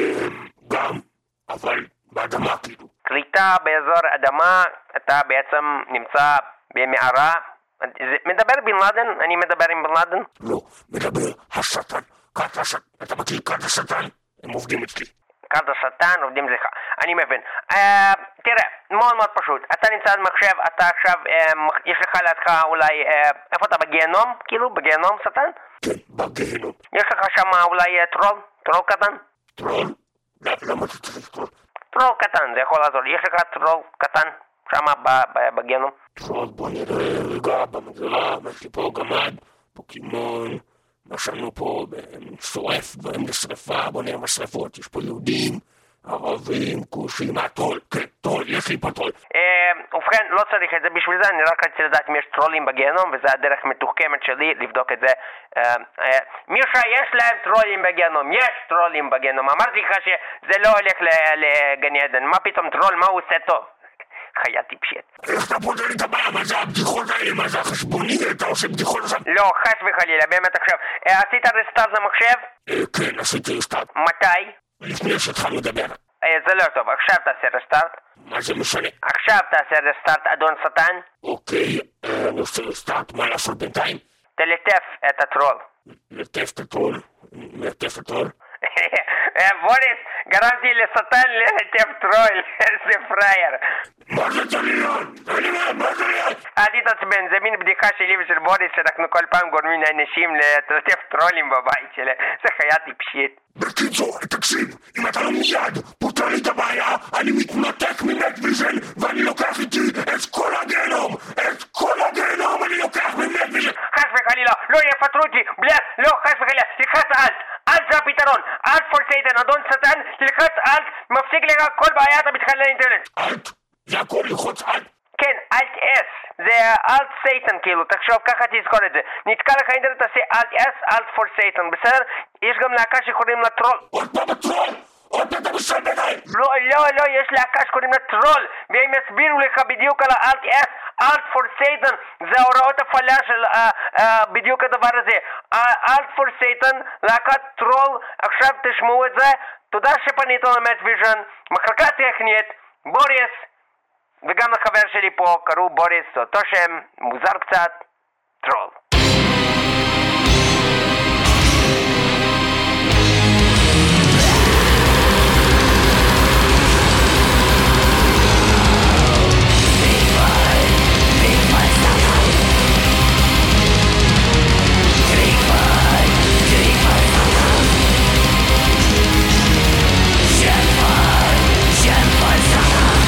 גם, אבל באדמה כאילו. קליטה באזור אדמה, אתה בעצם נמצא במערה. מדבר בן לאדן? אני מדבר עם בן לאדן? לא, מדבר השטן. כת השטן. אתה מכיר כת השטן? הם עובדים אצלי. כת השטן עובדים לך. אני מבין. תראה, מאוד מאוד פשוט. אתה נמצא על מחשב, אתה עכשיו, יש לך לידך אולי, איפה אתה? בגיהנום? כאילו? בגיהנום שטן? כן, בגיהנום. יש לך שם אולי טרול? טרול קטן? טרול? למה אתה צריך טרול? טרול קטן, זה יכול לעזור. יש לך טרול קטן שם בגיהנום? טרול, בוא נראה רגע במגירה, יש לי פה גמד, פוקימון, מה שלנו פה שורף בהם לשרפה, בוא נראה משרפות, יש פה יהודים, ערבים, כושים, הטרול, כן, טרול, יש לי פה טרול. ובכן, לא צריך את זה, בשביל זה אני רק רציתי לדעת אם יש טרולים בגיהנום, וזה הדרך מתוחכמת שלי לבדוק את זה. מישה, יש להם טרולים בגיהנום, יש טרולים בגיהנום, אמרתי לך שזה לא הולך לגן עדן, מה פתאום טרול, מה הוא עושה טוב? חיה טיפשית. איך אתה פותר לי את הבעיה? מה זה הבדיחות האלה? מה זה החשבוני? אתה עושה בדיחות עכשיו? לא, חס וחלילה, באמת עכשיו. עשית רסטארט למחשב? כן, עשיתי רסטארט. מתי? לפני שהתחלנו לדבר. זה לא טוב, עכשיו תעשה רסטארט. מה זה משנה? עכשיו תעשה רסטארט, אדון שטן. אוקיי, אני עושה רסטארט, מה לעשות בינתיים? תלטף את הטרול. לטף את הטרול? לטף את הטרול? בוריס, גרמתי לשטן לטף טרול, איזה פרייר. מה זה צליון? אני אומר, מה זה להיות? אל תתעצבן, זה מין בדיחה שלי ושל בוריס שאנחנו כל פעם גורמים לאנשים לטף טרולים בבית שלה, זה חיה טיפשית. בקיצור, תקשיב, אם אתה לא מיד פותר לי את הבעיה, אני מתנתק ממטוויז'ן ואני לוקח איתי את כל הגיהנום, את כל הגיהנום אני לוקח ממטוויז'ן. חס וחלילה, לא יפטרו אותי, בלס, לא, חס וחלילה, תלחץ אלט, אלט זה הפתרון, אלט פור סייטן, אדון שטן, תלחץ אלט, מפסיק לך כל בעיה, אתה מתחיל לאינטרנט. אלט? זה הכל ללחוץ אלט? כן, אלט אס, זה אלט סייטן כאילו, תחשוב ככה תזכור את זה. נתקע לך אינטרנט, תעשה אלט אס, אלט פור סייטן, בסדר? יש גם להקה שקוראים לה טרול. עוד פעם הטרול? עוד פעם אתה משל בעיניי? לא, לא, לא, יש להקה שקוראים לה טרול, והם יסבירו לך בדיוק על האלט אס, אלט פור סייטן, זה ההוראות הפעלה של uh, uh, בדיוק הדבר הזה. אלט פור סייטן, להקת טרול, עכשיו תשמעו את זה. תודה שפנית למטוויז'ן, מחלקה טכנית, בוריס, וגם לחבר שלי פה, קראו בוריס, אותו שם, מוזר קצת, טרול.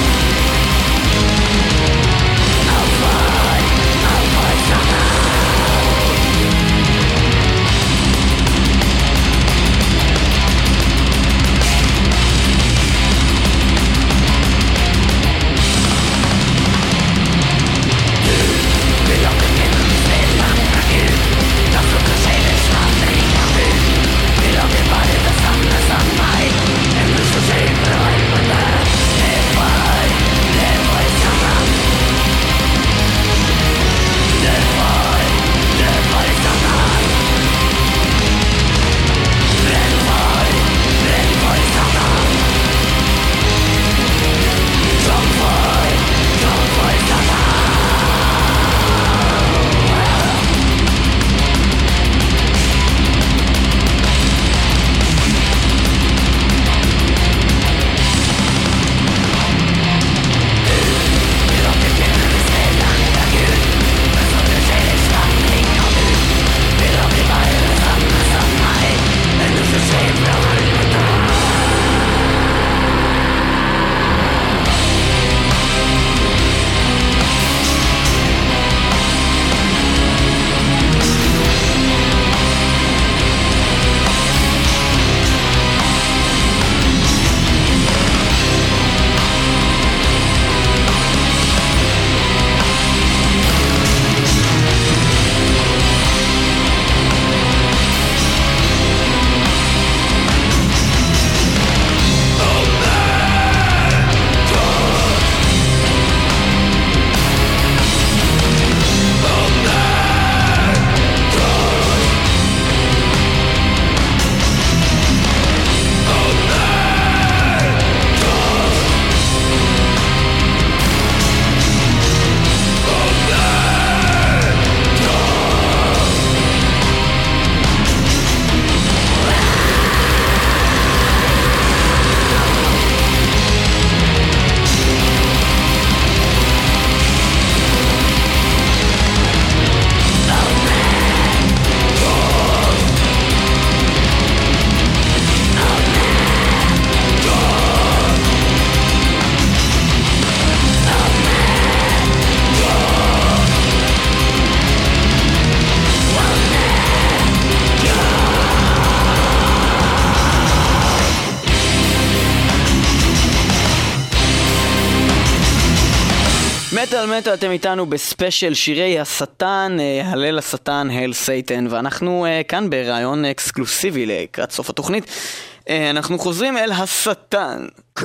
I'll fight, I'll fight, מטל מטל, אתם איתנו בספיישל שירי השטן, הלל השטן, הל סייטן, ואנחנו כאן ברעיון אקסקלוסיבי לקראת סוף התוכנית. אנחנו חוזרים אל השטן. כן,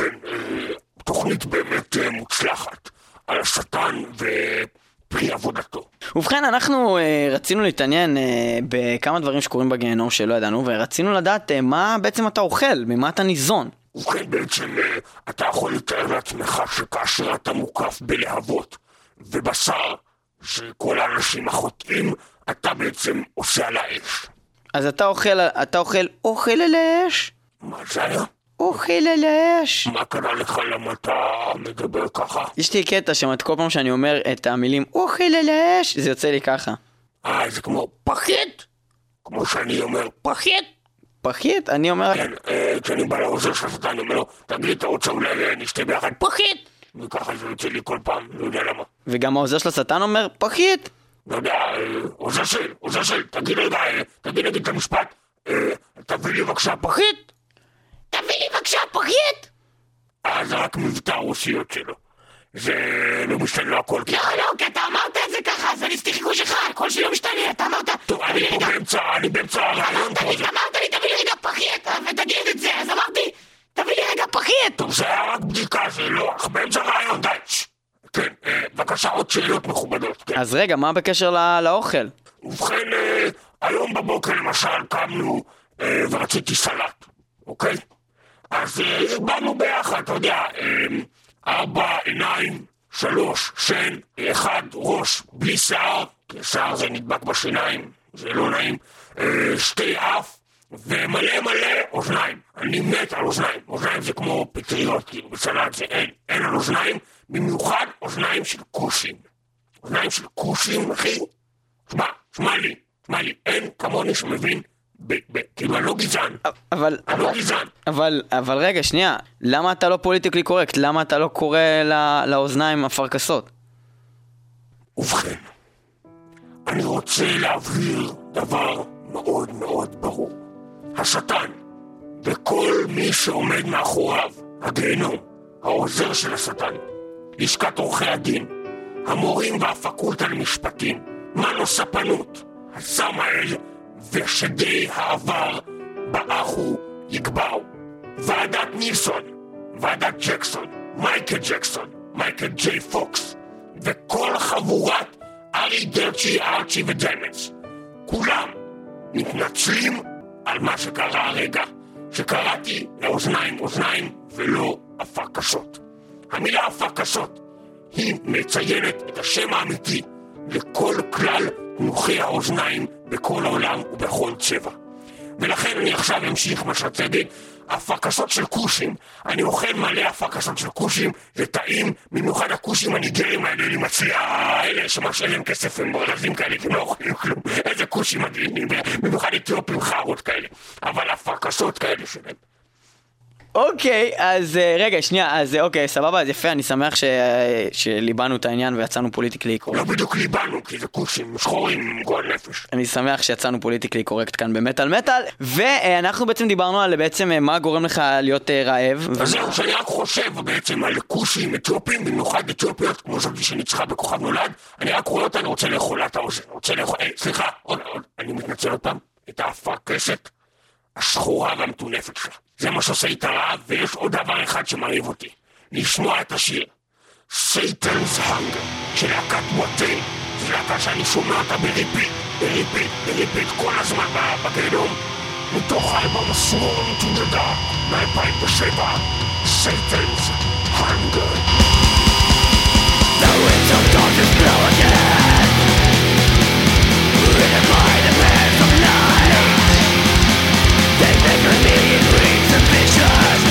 תוכנית באמת מוצלחת על השטן ופרי עבודתו. ובכן, אנחנו רצינו להתעניין בכמה דברים שקורים בגיהנום שלא ידענו, ורצינו לדעת מה בעצם אתה אוכל, ממה אתה ניזון. ובכן, בעצם אתה יכול לתאר לעצמך שכאשר אתה מוקף בלהבות ובשר שכל האנשים החוטאים, אתה בעצם עושה על האש. אז אתה אוכל, אתה אוכל אוכל על האש? מה זה היה? אוכל על האש. מה קרה לך? למה אתה מדבר ככה? יש לי קטע שמת כל פעם שאני אומר את המילים אוכל על האש, זה יוצא לי ככה. אה, זה כמו פחית? כמו שאני אומר פחית? פחית? אני אומר... כן, כשאני בא לעוזר של השטן, אני אומר לו, תגיד, אתה רוצה אולי נשתה ביחד פחית? וככה זה יוצא לי כל פעם, לא יודע למה. וגם העוזר של השטן אומר פחית? לא יודע, עוזר של, עוזר של, תגיד רגע, תגיד נגיד את המשפט, תביא לי בבקשה פחית? תביא לי בבקשה פחית? אה, זה רק מבטא רוסיות שלו. זה לא משתנה לו הכל. לא, לא, כי אתה אמרת את זה ככה, אז אני סתי חיקוש אחד, הכל שלא משתנה, אתה אמרת... טוב, אני פה באמצע, אני באמצע הרעיון פה. אמרת לי, תביא לי רגע פחית, ותגיד את זה, אז אמרתי, תביא לי רגע פחית. טוב, זה היה רק בדיקה, זה לא, אך באמצע הרעיון, די. כן, בבקשה, עוד שאלות מכובדות. אז רגע, מה בקשר לאוכל? ובכן, היום בבוקר למשל קמנו ורציתי סלט, אוקיי? אז באנו ביחד, אתה יודע, ארבע עיניים, שלוש שן, אחד ראש בלי שיער, כי שיער זה נדבק בשיניים, זה לא נעים, שתי אף ומלא מלא אוזניים. אני מת על אוזניים, אוזניים זה כמו פטריות, כי בסלט זה אין, אין על אוזניים, במיוחד אוזניים של כושים. אוזניים של כושים, אחי, שמע, שמע לי, שמע לי, אין כמוני שמבין, כאילו אני לא גזען, אבל, אני לא גזען. אבל, אבל רגע, שנייה, למה אתה לא פוליטיקלי קורקט? למה אתה לא קורא לא, לאוזניים הפרקסות? ובכן, אני רוצה להבהיר דבר מאוד מאוד ברור. השטן וכל מי שעומד מאחוריו, הגיהנום, העוזר של השטן, לשכת עורכי הדין, המורים והפקולטה למשפטים, מנו ספנות, הסמאל ושדי העבר באחו יגברו. ועדת ניסון, ועדת ג'קסון, מייקל ג'קסון, מייקל ג'יי פוקס, וכל חבורת ארי דרצ'י, ארצ'י ודמץ. כולם מתנצלים על מה שקרה הרגע, שקראתי לאוזניים אוזניים ולא הפרקסות. המילה הפרקסות היא מציינת את השם האמיתי לכל כלל תנוחי האוזניים בכל העולם ובכל צבע. ולכן אני עכשיו אמשיך מה שרציתי, הפרקסות של כושים. אני אוכל מלא הפרקסות של כושים, זה טעים, במיוחד הכושים הניגרים האלה, אני מציע, אלה שמרשה להם כסף הם מורזים כאלה, כי הם לא אוכלים כלום, איזה כושים מדהימים, במיוחד אתיופים חרות כאלה, אבל הפרקסות כאלה שלהם. אוקיי, אז רגע, שנייה, אז אוקיי, סבבה, אז יפה, אני שמח ש... שליבנו את העניין ויצאנו פוליטיקלי קורקט. לא בדיוק ליבנו, כי זה כושים שחורים גועל נפש. אני שמח שיצאנו פוליטיקלי קורקט כאן במטל מטל, ואנחנו בעצם דיברנו על בעצם מה גורם לך להיות רעב. אז זהו, שאני רק חושב בעצם על כושים אתיופים, במיוחד אתיופיות, כמו זאתי שאני צריכה בכוכב נולד, אני רק רואה אותה, אני רוצה לאכול לה את האוזן, רוצה לאכול, אה, סליחה, עוד, עוד, אני מתנצל עוד פעם, את האפרקסת השחורה והמטונפת שלה. זה מה שעושה איתה רעב, ויש עוד דבר אחד שמרעיב אותי. לשמוע את השיר Satan's Hunger של להקת מוטל. זו להקה שאני שומע אותה בריפיט, בריפיט, בריפיט כל הזמן בגיהנום. מתוך האלבום Sworn to the Dark מ-אלפיים ושבע, Satan's Hunger. The winds of darkness blow again, written by the hands of night. They make a million dreams and visions,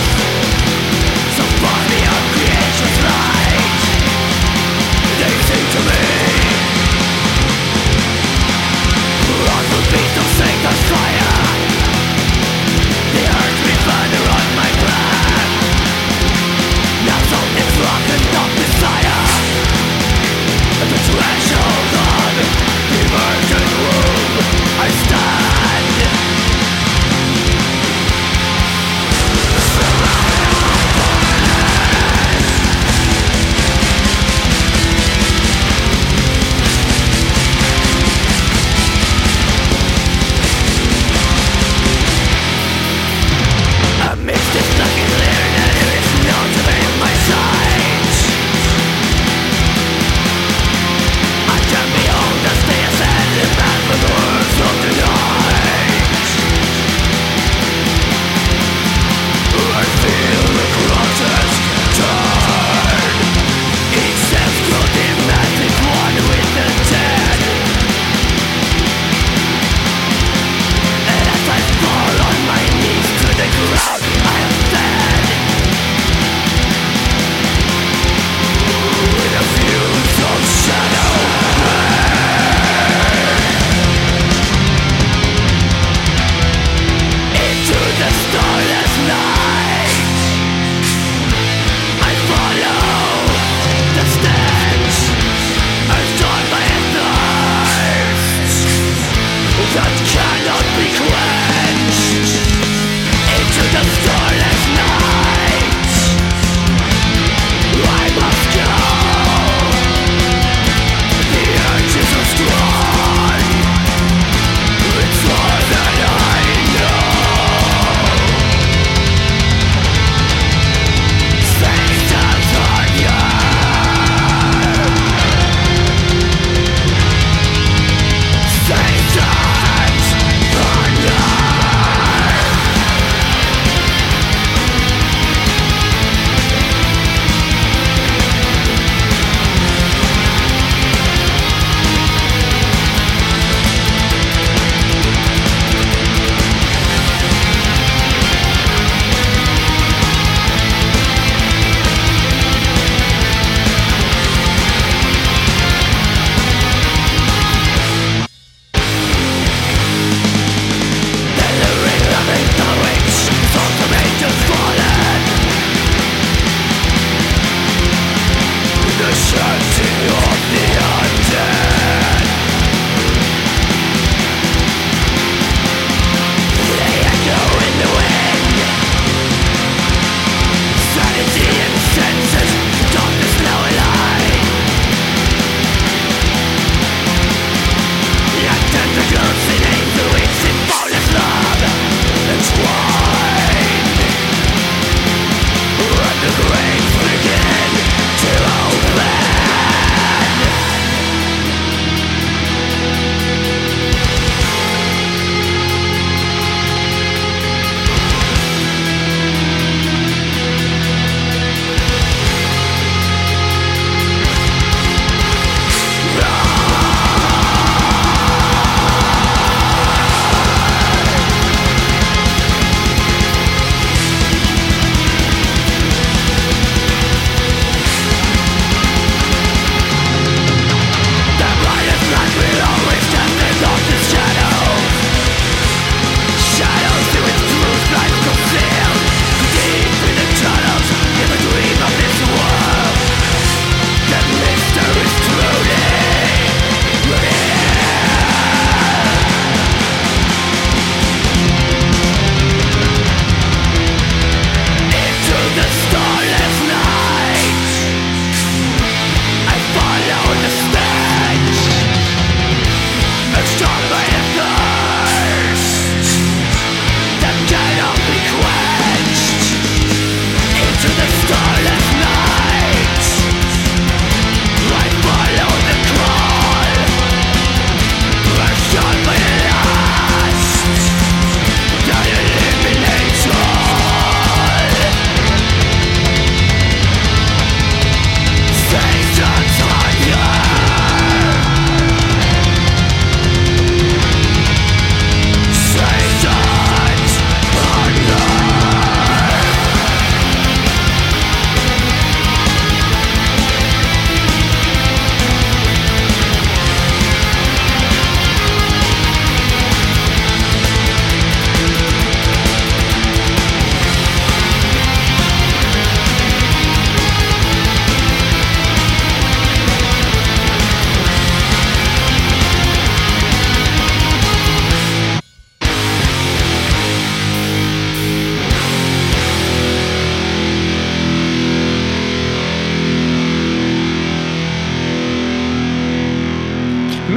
so far beyond creation's light. They sing to me, on the beast of Satan's fire. They urge me further on my path. Now so it's rock and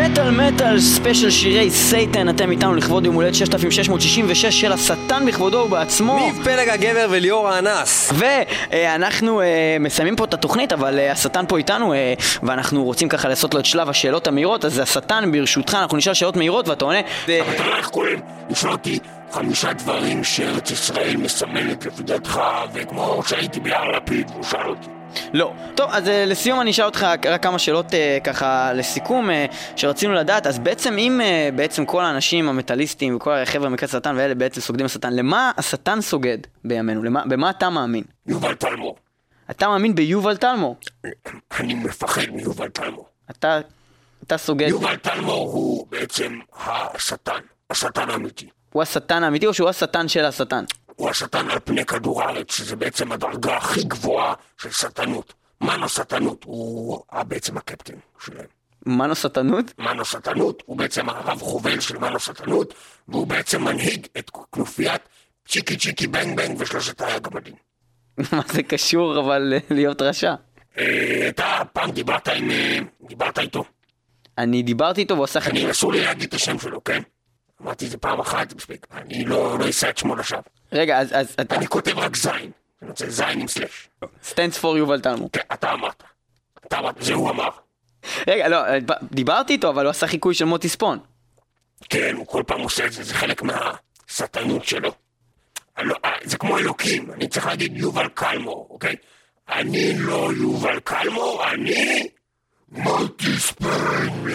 מטל מטל ספיישל שירי סייטן, אתם איתנו לכבוד יום הולדת ששת אלפים שש מאות שישים ושש של השטן בכבודו ובעצמו, ניב פלג הגבר וליאור האנס. ואנחנו uh, מסיימים פה את התוכנית, אבל uh, השטן פה איתנו, uh, ואנחנו רוצים ככה לעשות לו את שלב השאלות המהירות. אז השטן, ברשותך, אנחנו נשאל שאלות מהירות ואתה עונה. אבל אתה לא איך קוראים, לשאול אותי חמישה דברים שארץ ישראל מסמנת לפי דעתך, וכמו שהייתי ביער לפיד, הוא שאל אותי. לא. טוב, אז uh, לסיום אני אשאל אותך רק כמה שאלות uh, ככה לסיכום uh, שרצינו לדעת. אז בעצם אם uh, בעצם כל האנשים המטליסטים וכל החבר'ה מכת השטן ואלה בעצם סוגדים לשטן, למה השטן סוגד בימינו? למה, במה אתה מאמין? יובל טלמור. אתה מאמין ביובל טלמור? אני מפחד מיובל טלמור. אתה, אתה סוגד... יובל טלמור הוא בעצם השטן, השטן האמיתי. הוא השטן האמיתי או שהוא השטן של השטן? הוא השטן על פני כדור הארץ, שזה בעצם הדרגה הכי גבוהה של שטנות. מנו שטנות הוא בעצם הקפטן שלהם. מנו שטנות? מנו שטנות הוא בעצם הרב חובל של מנו שטנות, והוא בעצם מנהיג את כנופיית צ'יקי צ'יקי בנג בנג ושלושת הגמדים. מה זה קשור אבל להיות רשע? אתה פעם דיברת עם... דיברת איתו? אני דיברתי איתו והוא עושה... אני אסור לי להגיד את השם שלו, כן? אמרתי זה פעם אחת, זה מספיק. אני לא אעשה את שמו לשווא. רגע, אז... אז אני כותב רק זין. אני רוצה זין עם סלש. stands for יובל טלמור. כן, אתה אמרת. אתה אמרת, זה הוא אמר. רגע, לא, דיברתי איתו, אבל הוא עשה חיקוי של מוטי ספון. כן, הוא כל פעם עושה את זה, זה חלק מהשטנות שלו. זה כמו אלוקים, אני צריך להגיד יובל קלמור, אוקיי? אני לא יובל קלמור, אני... מוטי ספון,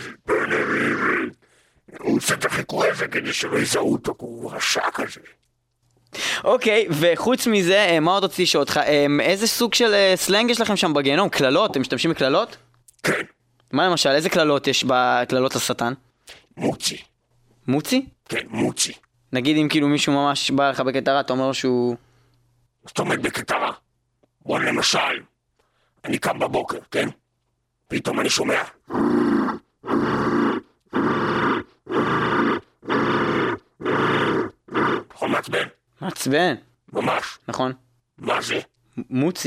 הוא עושה את החיקוי הזה כדי שלא יזהו אותו, הוא רשע כזה. אוקיי, וחוץ מזה, מה עוד רציתי לשאול אותך? איזה סוג של סלנג יש לכם שם בגיהנום? כללות? אתם משתמשים בכללות? כן. מה למשל? איזה כללות יש בכללות לשטן? מוצי. מוצי? כן, מוצי. נגיד אם כאילו מישהו ממש בא לך בקטרה, אתה אומר שהוא... זאת אומרת בקטרה. בוא למשל, אני קם בבוקר, כן? פתאום אני שומע. נכון מעצבן? מעצבן. ממש. נכון. מה זה? מוצי.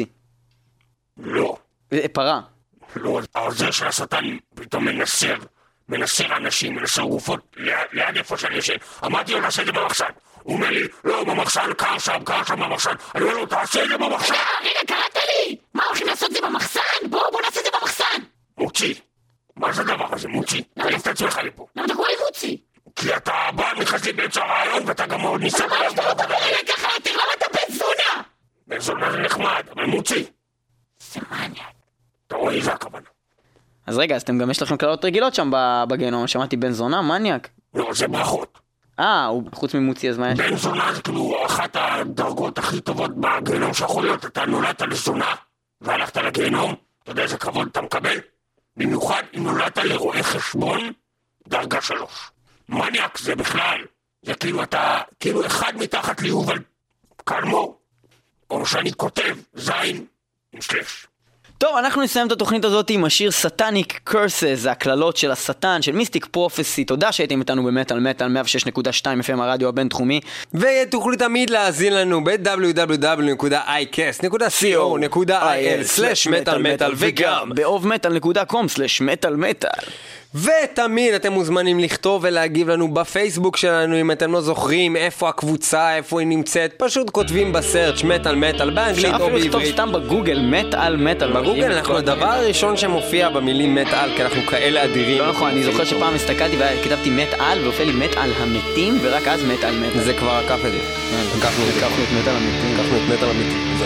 לא. פרה. לא, העוזר של השטן פתאום מנסר, מנסר אנשים, מנסר גופות ליד איפה שאני ישן. אמרתי לו, נעשה את זה במחסן. הוא אומר לי, לא, במחסן, קר שם, קר שם במחסן. אני אומר לו, תעשה את זה במחסן. רגע, קראת לי! מה הולכים לעשות את זה במחסן? בוא, בוא נעשה את זה במחסן! מוצי. מה זה הדבר הזה, מוצי? תעליף את עצמך לפה. למה אתה קורא לי מוצי? כי אתה בא מחזית באמצע הרעיון ואתה גם מאוד ניסה... אבל אתה לא מדבר אליי ככה, אתה למה אתה בן זונה? בן זונה זה נחמד, אבל מוצי. זה מעניין. אתה רואה, זה הכוונה. אז רגע, אז אתם גם יש לכם כללות רגילות שם בגיהנום, שמעתי בן זונה, מניאק. לא, זה ברכות. אה, הוא חוץ ממוצי, אז מה יש? בן זונה זה כאילו אחת הדרגות הכי טובות בגיהנום שיכול להיות. אתה נולדת לזונה והלכת לגיהנום, אתה יודע איזה כבוד אתה מקבל? במיוחד אם נולדת לרואה חשבון, דרגה שלוש. מניאק זה בכלל, זה כאילו אתה, כאילו אחד מתחת ליובל קלמור, או שאני כותב זין עם שלש. טוב, אנחנו נסיים את התוכנית הזאת עם השיר סטניק קרסס, הקללות של השטן, של מיסטיק פרופסי. תודה שהייתם איתנו במטל מטל מאה ושש נקודה שתיים אף אם הרדיו הבינתחומי. ותוכלו תמיד להאזין לנו ב-דאבליו דאבליו דאבליו נקודה איי קאסט נקודה סי או נקודה איי אל סלש מטל מטל וגם באוב מטל נקודה קום סלש מטל מטל. ותמיד אתם מוזמנים לכתוב ולהגיב לנו בפייסבוק שלנו אם אתם לא זוכרים איפה הקבוצה, איפה היא נמצאת. פשוט כותבים בסרצ' מטל מטל באנגלית או בעברית. אפילו לכתוב סתם בגוגל מטל מטל. בגוגל אנחנו הדבר הראשון שמופיע במילים מטל, כי אנחנו כאלה אדירים. לא נכון, אני זוכר שפעם הסתכלתי וכתבתי מטל והופיע לי מטל המתים ורק אז מטל מטל. זה כבר עקף את זה. לקחנו את מטל המתים. לקחנו את מטל המתים.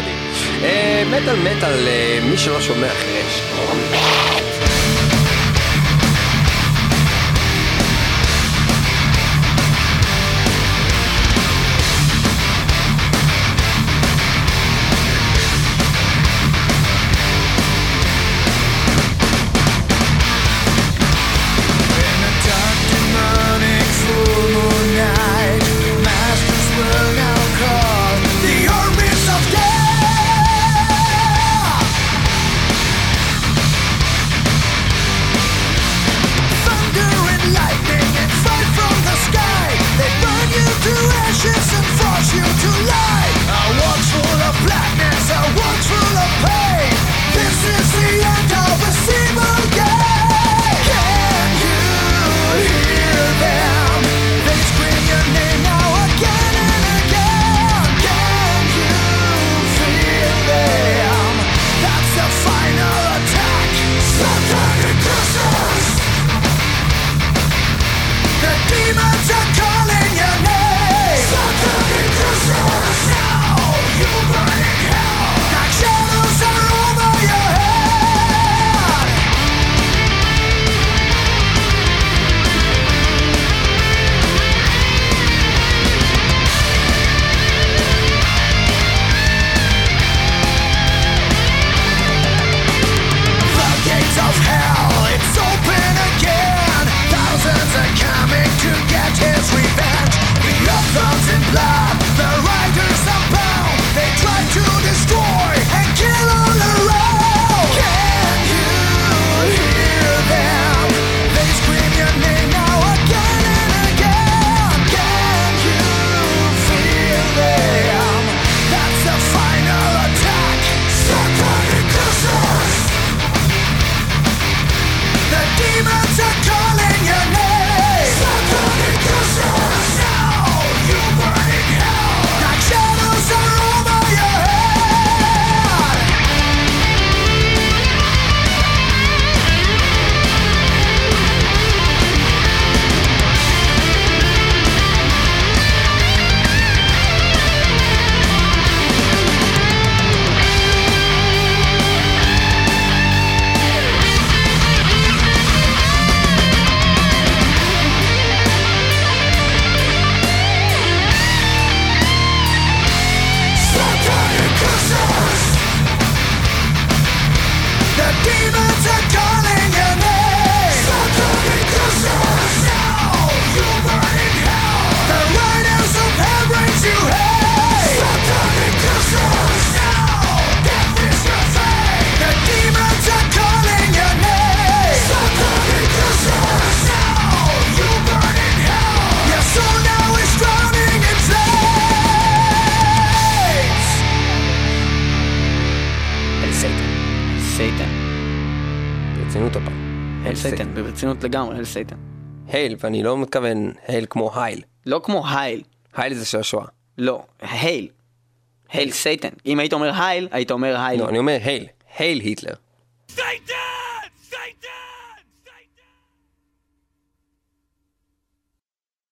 מטל מטל, מי שלא שומע חרש. This is the end of a single game. Can you demons are calling your name. Satanic curses. Now you burn in hell. Like shadows are over your head. The demons are calling your name. Satanic curses. Now you burn in hell. The riders of hell brings you hate. Satanic curses. Now death is your fate. The demons are calling your name. Satanic curses. Now you burn in hell. Your soul now is drowning in flames. אל סייטן. סייטן. ברצינות הפעם. אל סייטן, ברצינות לגמרי, אל סייטן. הייל, ואני לא מתכוון הייל כמו הייל. לא כמו הייל. הייל זה של השואה. לא, הייל. הייל סייטן. אם היית אומר הייל, היית אומר הייל. לא, אני אומר הייל. הייל היטלר. סייטן!